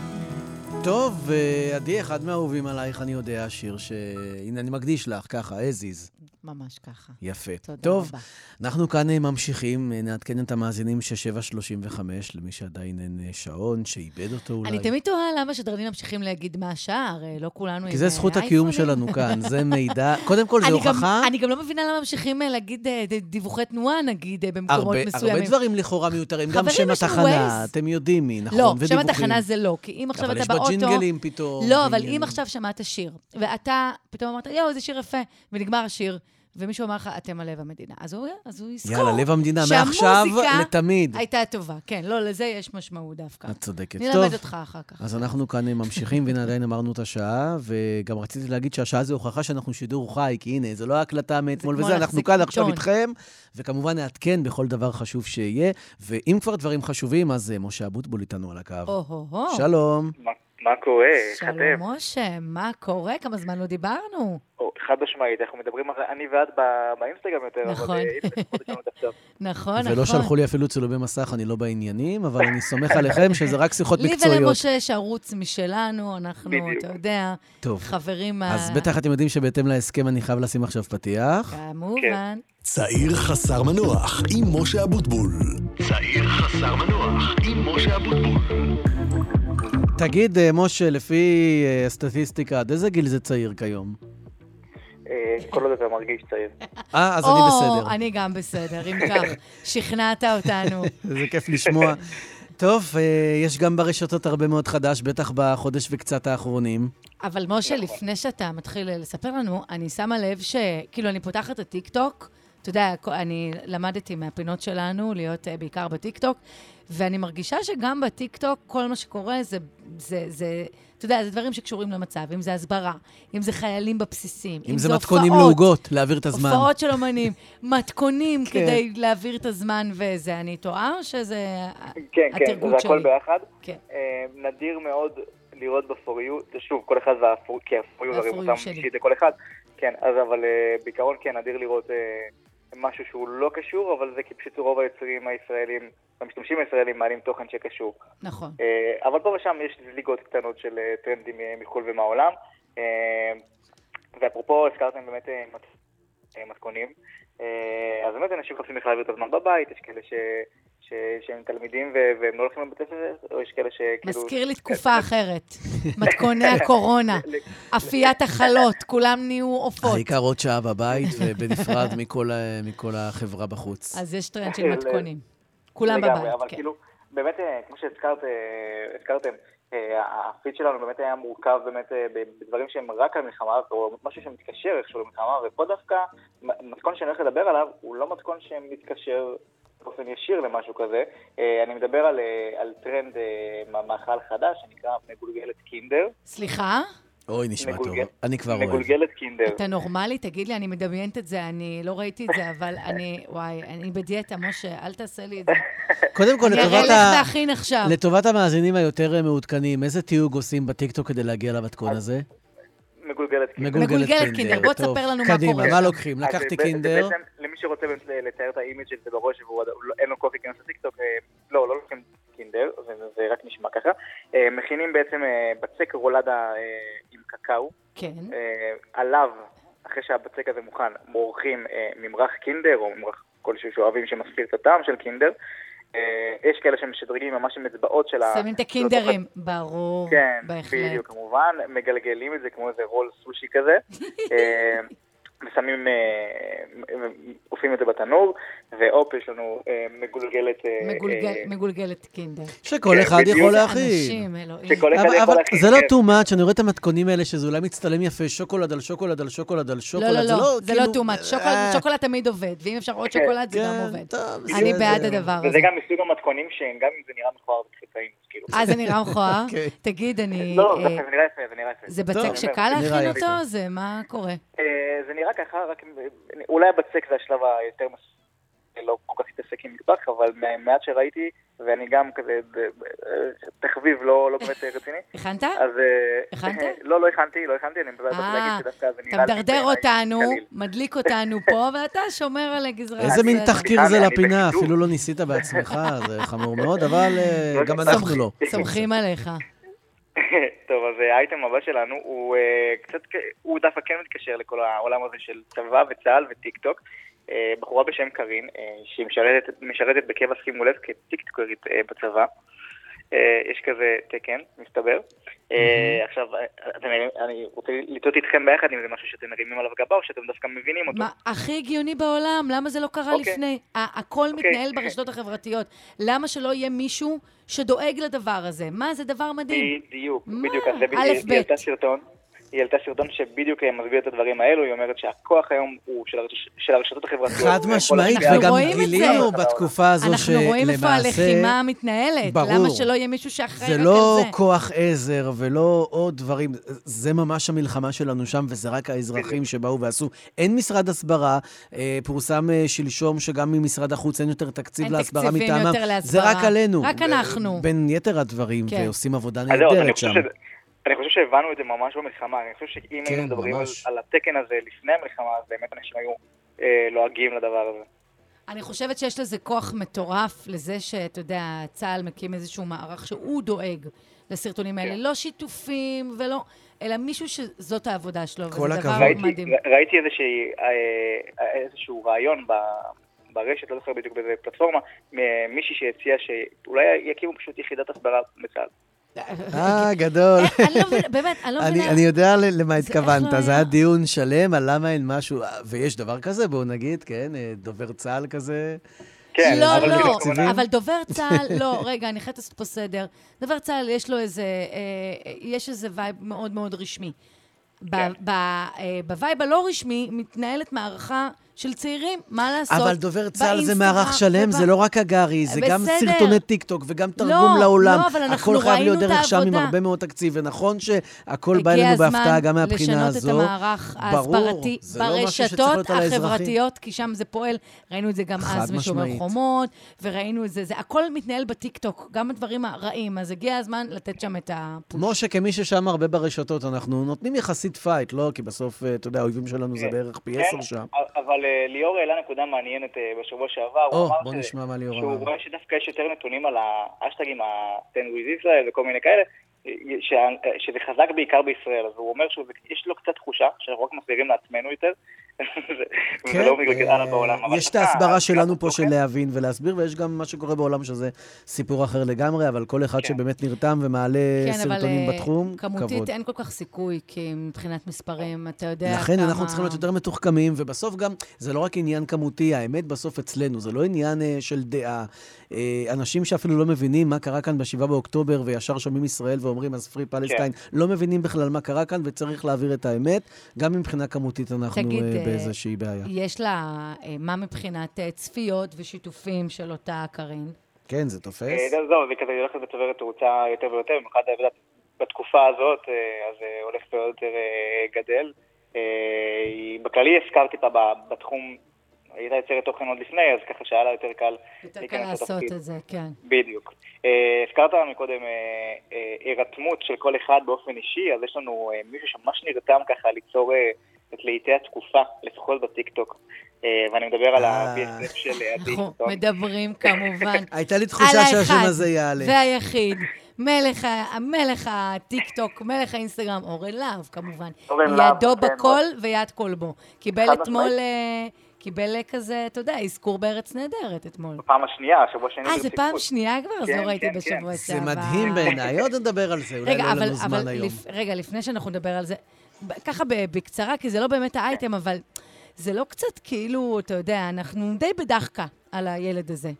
טוב, עדי, אחד מהאהובים עלייך, אני יודע, שיר הנה, אני מקדיש לך, ככה, אזיז. ממש ככה. יפה. טוב, אנחנו כאן ממשיכים, נעדכן את המאזינים ש7:35, למי שעדיין אין שעון, שאיבד אותו אולי. אני תמיד תוהה למה שדרנים ממשיכים להגיד מה השעה, הרי לא כולנו עם אייפונים. כי זה זכות הקיום שלנו כאן, זה מידע. קודם כל, זה הוכחה. אני גם לא מבינה למה ממשיכים להגיד דיווחי תנועה, נגיד, במקומות מסוימים. הרבה דברים לכאורה מיותרים, גם שם התחנה, אתם יודעים מי, נכון? לא, שם התחנה זה לא, כי אם עכשיו אתה באוטו... אבל יש בג'ינגלים פתאום. לא, אבל אם עכשיו שמעת שיר, ואתה פתאום אמרת, יואו, זה שיר יפה, ונגמר השיר, ומישהו אמר לך, אתם הלב המדינה. אז הוא יזכור. יאללה, לב המדינה, מעכשיו לתמיד. הייתה טובה, כן. לא, לזה יש משמעות דווקא. את צודקת. נלמד אותך אחר כך. אז אנחנו כאן ממשיכים, והנה עדיין אמרנו את השעה, וגם רציתי להגיד שהשעה זו הוכחה שאנחנו שידור חי, כי הנה, זה לא הקלטה מאתמול וזה, אנחנו כאן עכשיו איתכם, וכמובן נעדכן בכל דבר חשוב שיהיה, ואם כבר דברים חשובים, אז משה אבוטבול איתנו על הקו. שלום. מה קורה? שלום, משה, מה קורה? כמה זמן לא דיברנו? חד משמעית, אנחנו מדברים, אני ועד באינסטגרם יותר, נכון. אבל הנה, לפחות יש לנו את עכשיו. נכון. ולא שלחו לי אפילו צילומי מסך, אני לא בעניינים, אבל אני סומך עליכם שזה רק שיחות מקצועיות. לי ולמשה יש ערוץ משלנו, אנחנו, אתה יודע, חברים... אז בטח אתם יודעים שבהתאם להסכם אני חייב לשים עכשיו פתיח. כמובן. צעיר חסר מנוח עם משה אבוטבול. צעיר חסר מנוח עם משה אבוטבול. תגיד, משה, לפי הסטטיסטיקה, עד איזה גיל זה צעיר כיום? כל עוד אתה מרגיש צעיר. אז אני בסדר. אני גם בסדר, אם כך, שכנעת אותנו. זה כיף לשמוע. טוב, יש גם ברשתות הרבה מאוד חדש, בטח בחודש וקצת האחרונים. אבל משה, לפני שאתה מתחיל לספר לנו, אני שמה לב שכאילו אני פותחת את הטיקטוק, אתה יודע, אני למדתי מהפינות שלנו להיות בעיקר בטיקטוק, ואני מרגישה שגם בטיקטוק כל מה שקורה זה אתה יודע, זה דברים שקשורים למצב, אם זה הסברה, אם זה חיילים בבסיסים, אם זה מתכונים להוגות, להעביר את הזמן. הופעות של אומנים, מתכונים כדי להעביר את הזמן וזה. אני טועה או שזה התרגות שלי? זה הכל ביחד. נדיר מאוד לראות בפוריות, שוב, כל אחד כי הפוריות הרי אותם אישית לכל אחד. כן, אבל בעיקרון כן, נדיר לראות משהו שהוא לא קשור, אבל זה כי פשוט רוב היוצרים הישראלים, המשתמשים הישראלים מעלים תוכן שקשור. נכון. אבל פה ושם יש זליגות קטנות של טרנדים מחול ומהעולם. ואפרופו, הזכרתם באמת מתכונים. אז באמת אנשים חופשים בכלל להעביר את הזמן בבית, יש כאלה שהם תלמידים והם לא הולכים לבית הספר, או יש כאלה שכאילו... מזכיר לי תקופה אחרת. מתכוני הקורונה, אפיית החלות, כולם נהיו עופות. העיקר עוד שעה בבית ובנפרד מכל החברה בחוץ. אז יש טרנד של מתכונים. כולם בבית, אבל כן. כאילו, באמת, כמו שהזכרתם, הפיד שלנו באמת היה מורכב באמת בדברים שהם רק על מלחמה, או משהו שמתקשר איכשהו למלחמה, ופה דווקא מתכון שאני הולך לדבר עליו, הוא לא מתכון שמתקשר באופן ישיר למשהו כזה. אני מדבר על טרנד מאכל חדש, שנקרא מגולגלת קינדר. סליחה? אוי, נשמע טוב. אני כבר אוהב. מגולגלת קינדר. אתה נורמלי? תגיד לי, אני מדמיינת את זה, אני לא ראיתי את זה, אבל אני בדיאטה, משה, אל תעשה לי את זה. קודם כל, אני אראה לך להכין עכשיו. לטובת המאזינים היותר מעודכנים, איזה תיוג עושים בטיקטוק כדי להגיע למתכון הזה? מגולגלת קינדר. מגולגלת קינדר, בוא תספר לנו מה קורה. קדימה, מה לוקחים? לקחתי קינדר. בעצם, למי שרוצה לתאר את האימג' של זה בראש, ואין לו כוח להיכנס לטיקטוק, לא לוקחים קינדר, זה רק נשמע ככה. מכינים בעצם בצק רולדה עם קקאו. כן. עליו, אחרי שהבצק הזה מוכן, מורחים ממרח קינדר, או ממרח כלשהו שאוהבים שמספיר את הטעם של קינדר. יש כאלה שמשדרגים ממש עם אצבעות של שמים את הקינדרים, ברור, בהחלט. כן, בדיוק, כמובן, מגלגלים את זה כמו איזה רול סושי כזה. ושמים, עופים את זה בתנור, ואופ, יש לנו מגולגלת קינדר. שכל אחד יכול להכין. אבל זה לא too much, אני רואה את המתכונים האלה, שזה אולי מצטלם יפה, שוקולד על שוקולד על שוקולד על שוקולד. לא, זה לא too much, שוקולד תמיד עובד, ואם אפשר עוד שוקולד, זה גם עובד. אני בעד הדבר הזה. וזה גם מסוג המתכונים שגם אם זה נראה מכוער ותחיצאים. זה נראה מכוער? תגיד, אני... לא, זה נראה יפה. זה בצק שקל להכין אותו? זה מה קורה? זה נראה ככה, רק אולי הבצק זה השלב היותר לא כל כך התעסק עם מטבח, אבל מעט שראיתי, ואני גם כזה תחביב לא באמת רציני. הכנת? הכנת? לא הכנתי, אני מדבר להגיד שדווקא זה נראה... אתה מדרדר אותנו, מדליק אותנו פה, ואתה שומר על הגזרה. איזה מין תחקיר זה לפינה, אפילו לא ניסית בעצמך, זה חמור מאוד, אבל גם אנחנו לא. סומכים עליך. טוב, אז האייטם הבא שלנו הוא דווקא כן מתקשר לכל העולם הזה של צבא וצה"ל וטיק-טוק. בחורה בשם קרין, שהיא משרתת בקבע, שימו לב, כטיקטוקרית בצבא. יש כזה תקן, מסתבר. עכשיו, אני רוצה לטעות איתכם ביחד אם זה משהו שאתם מרימים עליו גבה, או שאתם דווקא מבינים אותו. הכי הגיוני בעולם, למה זה לא קרה לפני? הכל מתנהל ברשתות החברתיות. למה שלא יהיה מישהו שדואג לדבר הזה? מה, זה דבר מדהים. בדיוק. היא העלתה סרטון שבדיוק מסביר את הדברים האלו, היא אומרת שהכוח היום הוא של הרשתות החברתיות. חד משמעית, וגם גילינו בתקופה הזו שלמעשה... אנחנו רואים איפה הלחימה מתנהלת. למה שלא יהיה מישהו שאחראי רק על זה? זה לא כוח עזר ולא עוד דברים, זה ממש המלחמה שלנו שם, וזה רק האזרחים שבאו ועשו. אין משרד הסברה, פורסם שלשום שגם ממשרד החוץ אין יותר תקציב להסברה מטעמם. זה רק עלינו. רק אנחנו. בין יתר הדברים, ועושים עבודה נהדרת שם. אני חושב שהבנו את זה ממש במלחמה, אני חושב שאם היינו מדברים על התקן הזה לפני המלחמה, אז באמת אנשים היו לועגים לדבר הזה. אני חושבת שיש לזה כוח מטורף לזה שאתה יודע, צה"ל מקים איזשהו מערך שהוא דואג לסרטונים האלה, לא שיתופים ולא, אלא מישהו שזאת העבודה שלו, וזה דבר מדהים. ראיתי איזשהו רעיון ברשת, לא זוכר בדיוק באיזה פלטפורמה, מישהי שהציע שאולי יקימו פשוט יחידת הסברה בצה"ל. גדול. באמת, אני לא מבינה. אני יודע למה התכוונת, זה היה דיון שלם על למה אין משהו, ויש דבר כזה, בואו נגיד, כן, דובר צה"ל כזה. לא, אבל דובר צה"ל, לא, רגע, אני חייבת לעשות פה סדר. דובר צה"ל יש לו איזה וייב מאוד מאוד רשמי. בווייב הלא רשמי מתנהלת מערכה של צעירים, מה לעשות? אבל דובר צה"ל זה מערך שלם, זה לא רק הגרי, זה גם סרטוני טיקטוק וגם תרגום לעולם. הכל חייב להיות דרך שם עם הרבה מאוד תקציב, ונכון שהכל בא אלינו בהפתעה גם מהבחינה הזו. הגיע הזמן לשנות את המערך ההסברתי ברשתות החברתיות, כי שם זה פועל, ראינו את זה גם אז משומר חומות, וראינו את זה, הכל מתנהל בטיקטוק, גם הדברים הרעים, אז הגיע הזמן לתת שם את הפוש. משה, כמי ששם הרבה ברשתות, אנחנו נותנים יחסית פייט, לא? כי בסוף, אתה יודע, האויבים שלנו זה בערך פי 10 שם. אבל ליאור העלה נקודה מעניינת בשבוע שעבר, הוא אמר שהוא רואה שדווקא יש יותר נתונים על האשטגים ה-10 with Israel וכל מיני כאלה, שזה חזק בעיקר בישראל, אז הוא אומר שיש לו קצת תחושה שאנחנו רק מסבירים לעצמנו יותר, זה לא בגלל הלאה בעולם. יש את ההסברה שלנו פה של להבין ולהסביר, ויש גם מה שקורה בעולם שזה סיפור אחר לגמרי, אבל כל אחד שבאמת נרתם ומעלה סרטונים בתחום, כבוד. כמותית אין כל כך סיכוי, כי מבחינת מספרים, אתה יודע כמה... לכן אנחנו צריכים להיות יותר מתוחכמים, ובסוף גם, זה לא רק עניין כמותי, האמת בסוף אצלנו, זה לא עניין של דעה. אנשים שאפילו לא מבינים מה קרה כאן ב7 באוקטובר, וישר שומעים ישראל ואומרים, אז פרי פלסטיין, לא מבינים בכלל מה קרה כאן, וצריך להעביר את האמת. גם מבחינה כמותית אנחנו באיזושהי בעיה. יש לה, מה מבחינת צפיות ושיתופים של אותה קרין? כן, זה תופס. זהו, זה כזה הולך לצובר תאוצה יותר ויותר, במיוחד בתקופה הזאת, אז הולך יותר גדל. בכללי הזכרתי פה בתחום, הייתה יוצרת תוכן עוד לפני, אז ככה שהיה לה יותר קל לעשות את זה, כן. בדיוק. הזכרת מקודם הרתמות של כל אחד באופן אישי, אז יש לנו מישהו שממש נרתם ככה ליצור את לעיתי התקופה, לפחות בטיקטוק. ואני מדבר על ה-BSF של עדי. אנחנו מדברים כמובן. הייתה לי תחושה שהשם הזה יעלה. והיחיד. מלך הטיקטוק, מלך האינסטגרם, אורן להב, כמובן. ידו בכל ויד כל בו. קיבל אתמול, קיבל כזה, אתה יודע, אזכור בארץ נהדרת אתמול. בפעם השנייה, שבוע שני. זה פעם שנייה כבר? אז לא ראיתי בשבוע שעבר. זה מדהים בעיניי, עוד נדבר על זה, אולי לא לנו זמן היום. רגע, לפני שאנחנו נדבר על זה, ככה בקצרה, כי זה לא באמת האייטם, אבל זה לא קצת כאילו, אתה יודע, אנחנו די בדחקה על הילד הזה.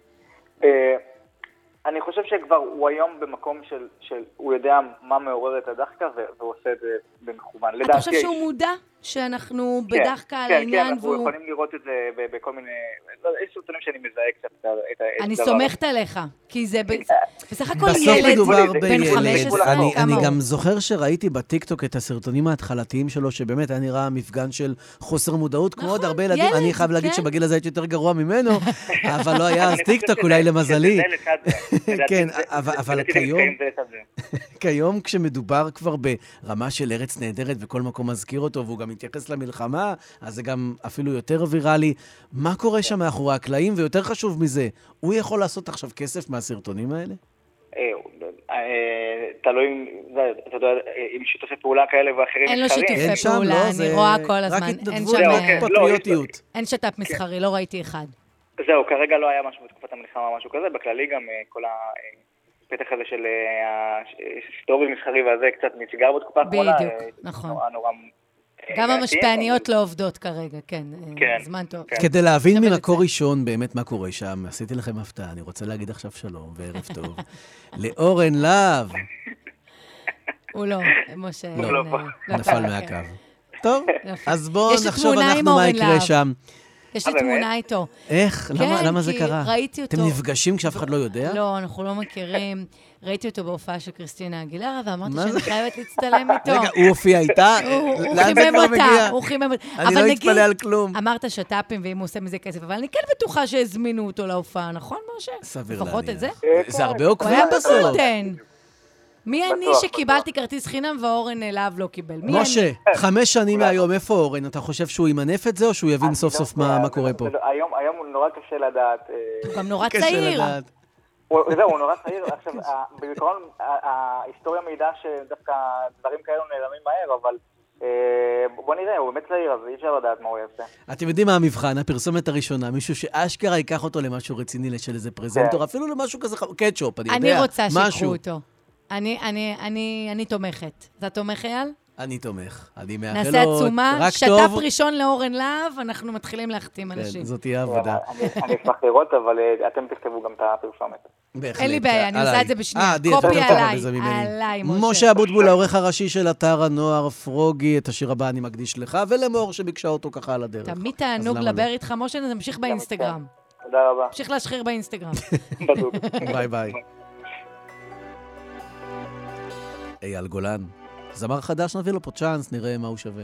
אני חושב שכבר הוא היום במקום של הוא יודע מה מעורר את הדחקה, והוא עושה את זה במכוון. אתה חושב שהוא מודע שאנחנו בדחקה על העניין? כן, אנחנו יכולים לראות את זה בכל מיני... יש סרטונים שאני מזהה קצת את הדבר. אני סומכת עליך, כי זה בסך הכל ילד בן 15. אני גם זוכר שראיתי בטיקטוק את הסרטונים ההתחלתיים שלו, שבאמת היה נראה מפגן של חוסר מודעות, כמו עוד הרבה ילדים. אני חייב להגיד שבגיל הזה הייתי יותר גרוע ממנו, אבל לא היה אז טיקטוק, אולי למזלי. כן, אבל כיום כשמדובר כבר ברמה של ארץ נהדרת וכל מקום מזכיר אותו, והוא גם מתייחס למלחמה, אז זה גם אפילו יותר ויראלי. מה קורה שם מאחורי הקלעים? ויותר חשוב מזה, הוא יכול לעשות עכשיו כסף מהסרטונים האלה? תלוי, אתה יודע, עם שיתופי פעולה כאלה ואחרים. אין לו שיתופי פעולה, אני רואה כל הזמן. רק התנדבות פטריוטיות. אין שת"פ מסחרי, לא ראיתי אחד. זהו, כרגע לא היה משהו בתקופת המלחמה או משהו כזה, בכללי גם כל הפתח הזה של סטורי מסחרי והזה קצת נציגר בתקופה האחרונה. בדיוק, נכון. גם המשפעניות לא עובדות כרגע, כן, זמן טוב. כדי להבין ממקור ראשון באמת מה קורה שם, עשיתי לכם הפתעה, אני רוצה להגיד עכשיו שלום וערב טוב. לאורן להב. הוא לא, משה. לא, נפל מהקו. טוב, אז בואו נחשוב אנחנו מה יקרה שם. יש לי תמונה איתו. איך? למה זה קרה? ראיתי אותו. אתם נפגשים כשאף אחד לא יודע? לא, אנחנו לא מכירים. ראיתי אותו בהופעה של קריסטינה אגילרה, ואמרתי שאני חייבת להצטלם איתו. רגע, הוא הופיע איתה? הוא חימם אותה, הוא חימם אותה. אני לא אתפלא על כלום. אמרת שטאפים, ואם הוא עושה מזה כסף, אבל אני כן בטוחה שהזמינו אותו להופעה, נכון, משה? סביר לפחות את זה? זה הרבה עוקבים בסוף. הוא היה בקוטן. מי אני שקיבלתי כרטיס חינם ואורן להב לא קיבל? משה, 5 שנים מהיום, איפה אורן? אתה חושב שהוא ימנף את זה, או שהוא יבין סוף סוף מה קורה פה? היום הוא נורא קשה לדעת. הוא גם נורא צעיר. זהו, הוא נורא צעיר. עכשיו, בעיקרון, ההיסטוריה מעידה שדווקא דברים כאלו נעלמים מהר, אבל בוא נראה, הוא באמת צעיר, אז אי אפשר לדעת מה הוא יעשה. אתם יודעים מה המבחן, הפרסומת הראשונה, מישהו שאשכרה ייקח אותו למשהו רציני של איזה פרזנטור, אפילו למשהו כזה קטשופ, אני יודע, אני רוצה שיקחו אותו. אני תומכת. אתה תומך, אייל? אני תומך. אני מאחל לו רק נעשה טוב. עצומה, שת"פ ראשון לאורן להב, אנחנו מתחילים להחתים אנשים. כן, זאת תהיה עבודה. אני אשמח לראות, אבל אתם תכתבו גם את הפרסומת. בהחלט. אין לי בעיה, אני עושה את זה בשנייה. קופי עליי, משה אבוטבול, העורך הראשי של אתר הנוער פרוגי, את השיר הבא אני מקדיש לך, ולמור שביקשה אותו ככה על הדרך. תמיד תענוג לדבר איתך, משה, נמשיך באינסטגרם. תודה רבה. נמשיך להשחיר באינסטגרם. ביי ביי. אייל גולן, זמר חדש, נביא לו פה צ'אנס, נראה מה הוא שווה.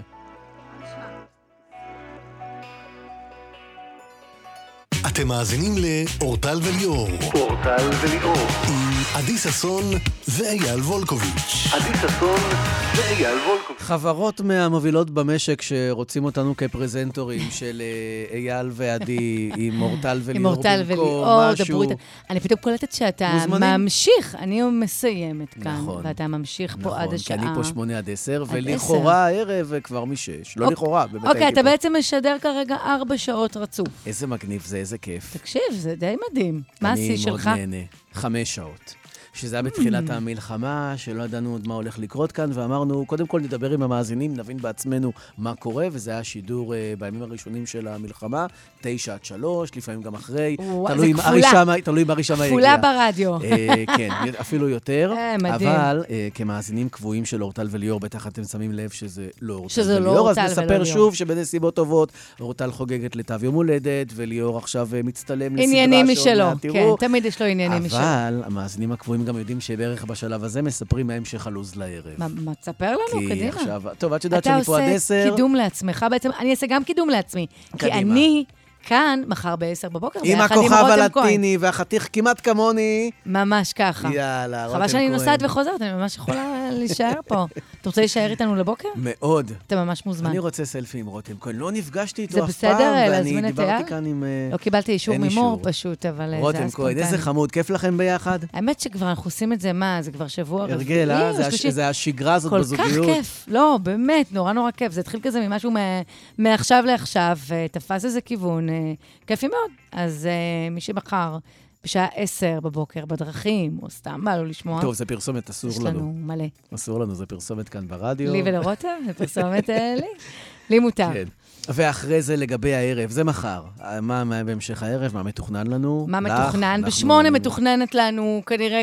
אתם מאזינים לאורטל וליאור. אורטל וליאור. עם עדי ססון ואייל וולקוביץ'. עדי ססון ואייל וולקוביץ'. חברות מהמובילות במשק שרוצים אותנו כפרזנטורים של אייל ועדי עם אורטל וליאור. עם אורטל וליאור, דברו איתה. אני פתאום קולטת שאתה ממשיך, אני מסיימת כאן, ואתה ממשיך פה עד השעה. נכון, כי אני פה 8 עד 10, ולכאורה הערב כבר מ6. לא לכאורה, באמת אוקיי, אתה בעצם משדר כרגע 4 שעות רצוף. איזה מגניב זה, איזה כיף. תקשיב, זה די מדהים. מה השיא שלך? אני מאוד נהנה. 5 שעות. שזה היה בתחילת המלחמה, שלא ידענו עוד מה הולך לקרות כאן, ואמרנו, קודם כל נדבר עם המאזינים, נבין בעצמנו מה קורה, וזה היה שידור בימים הראשונים של המלחמה, 9 עד 3, לפעמים גם אחרי. זה כפולה. תלוי מה הרישמה הגיעה. כפולה ברדיו. כן, אפילו יותר. אבל כמאזינים קבועים של אורטל וליאור, בטח אתם שמים לב שזה לא אורטל וליאור. אז נספר שוב שבנסיבות טובות, אורטל חוגגת לתו יום הולדת, וליאור עכשיו מצטלם לסדרה עניינים משלו, כן, תמיד יש לו עניינים משלו. אבל המאזינים הקבועים גם יודעים שבערך בשלב הזה מספרים מה המשך הלוז לערב. מה תספר לנו? קדימה. עכשיו, טוב, את יודעת שאני פה עד 10. אתה עושה קידום לעצמך, בעצם אני אעשה גם קידום לעצמי. כי אני כאן, מחר ב10 בבוקר, עם הכוכב הלטיני והחתיך כמעט כמוני. ממש ככה. יאללה, רותם כהן. חבל שאני נוסעת וחוזרת, אני ממש יכולה להישאר פה. אתה רוצה להישאר איתנו לבוקר? מאוד. אתה ממש מוזמן. אני רוצה סלפי עם רותם כהן. לא נפגשתי איתו אף פעם. זה בסדר, להזמין את אייל? לא קיבלתי אישור ממור פשוט, אבל זה רותם כהן, איזה חמוד. כיף לכם ביחד? האמת שכבר אנחנו עושים את זה, מה? זה כבר שבוע רביעי. הרגל, זה השגרה הזאת בזוגיות. כל כך כיף. לא, באמת, נורא כיף. זה התחיל כזה ממשהו מעכשיו לעכשיו, תפס איזה כיוון. כיפי מאוד. אז מי שבחר בשעה 10 בבוקר בדרכים, או סתם בא לו לשמוע. טוב, זה פרסומת, אסור לנו. יש לנו מלא. אסור לנו, זה פרסומת כאן ברדיו. לי ולרותם, זה פרסומת לי. לי מותר. כן. ואחרי זה לגבי הערב, זה מחר. מה בהמשך הערב? מה מתוכנן לנו? מה מתוכנן? ב8 מתוכננת לנו כנראה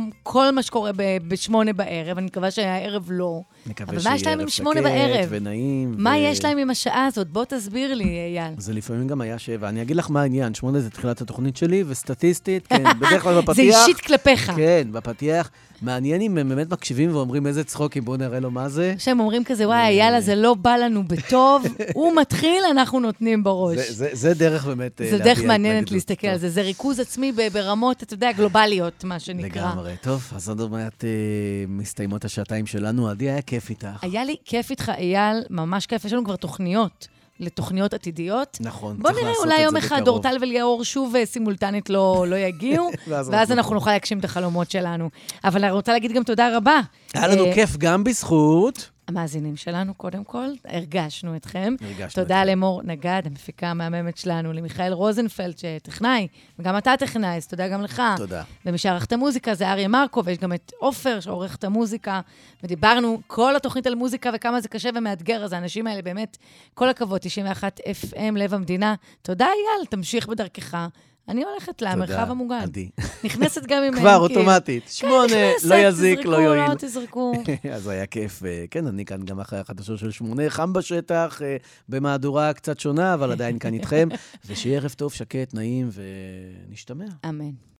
כל מה שקורה ב8 בערב. אני מקווה שהערב לא. אבל מה יש להם עם 8 בערב? ונעים. מה יש להם עם השעה הזאת? בוא תסביר לי, אייל. זה לפעמים גם היה 7. אני אגיד לך מה העניין. 8 זה תחילת התוכנית שלי, וסטטיסטית, כן, בדרך כלל בפתיח. זה אישית כלפיך. כן, בפתיח. מעניין אם הם באמת מקשיבים ואומרים איזה צחוקים, בואו נראה לו מה זה. שהם אומרים כזה, וואי, יאללה, זה לא בא לנו בטוב, הוא מתחיל, אנחנו נותנים בראש. זה דרך באמת זה דרך מעניינת להסתכל על זה. זה ריכוז עצמי ברמות, אתה יודע, גלובליות, מה שנקרא. לגמרי. טוב, אז עוד מעט מסתיימות השעתיים שלנו. עדי, היה כיף איתך. היה לי כיף איתך, אייל, ממש כיף. יש לנו כבר תוכניות. לתוכניות עתידיות. נכון, בוא נראה, אולי יום אחד אורטל וליאור שוב סימולטנית לא יגיעו, ואז אנחנו נוכל להגשים את החלומות שלנו. אבל אני רוצה להגיד גם תודה רבה. היה לנו כיף גם בזכות המאזינים שלנו, קודם כל, הרגשנו אתכם. תודה למור נגד, המפיקה המהממת שלנו, למיכאל רוזנפלד, שטכנאי, וגם אתה טכנאי, אז תודה גם לך. תודה. ומי שערך את המוזיקה זה אריה מרקו, ויש גם את אופר שעורך את המוזיקה, ודיברנו כל התוכנית על מוזיקה וכמה זה קשה ומאתגר, אז האנשים האלה באמת, כל הכבוד, 91 FM, לב המדינה. תודה, אייל, תמשיך בדרכך. אני הולכת למרחב המוגן. עדי. נכנסת גם עם... כבר, אוטומטית. 8, לא יזיק, לא יועיל. לא תזרקו. אז היה כיף. כן, אני כאן גם אחרי החדשות של 8, חם בשטח, במהדורה קצת שונה, אבל עדיין כאן איתכם. ושיהיה ערב טוב, שקט, נעים, ונשתמע. אמן.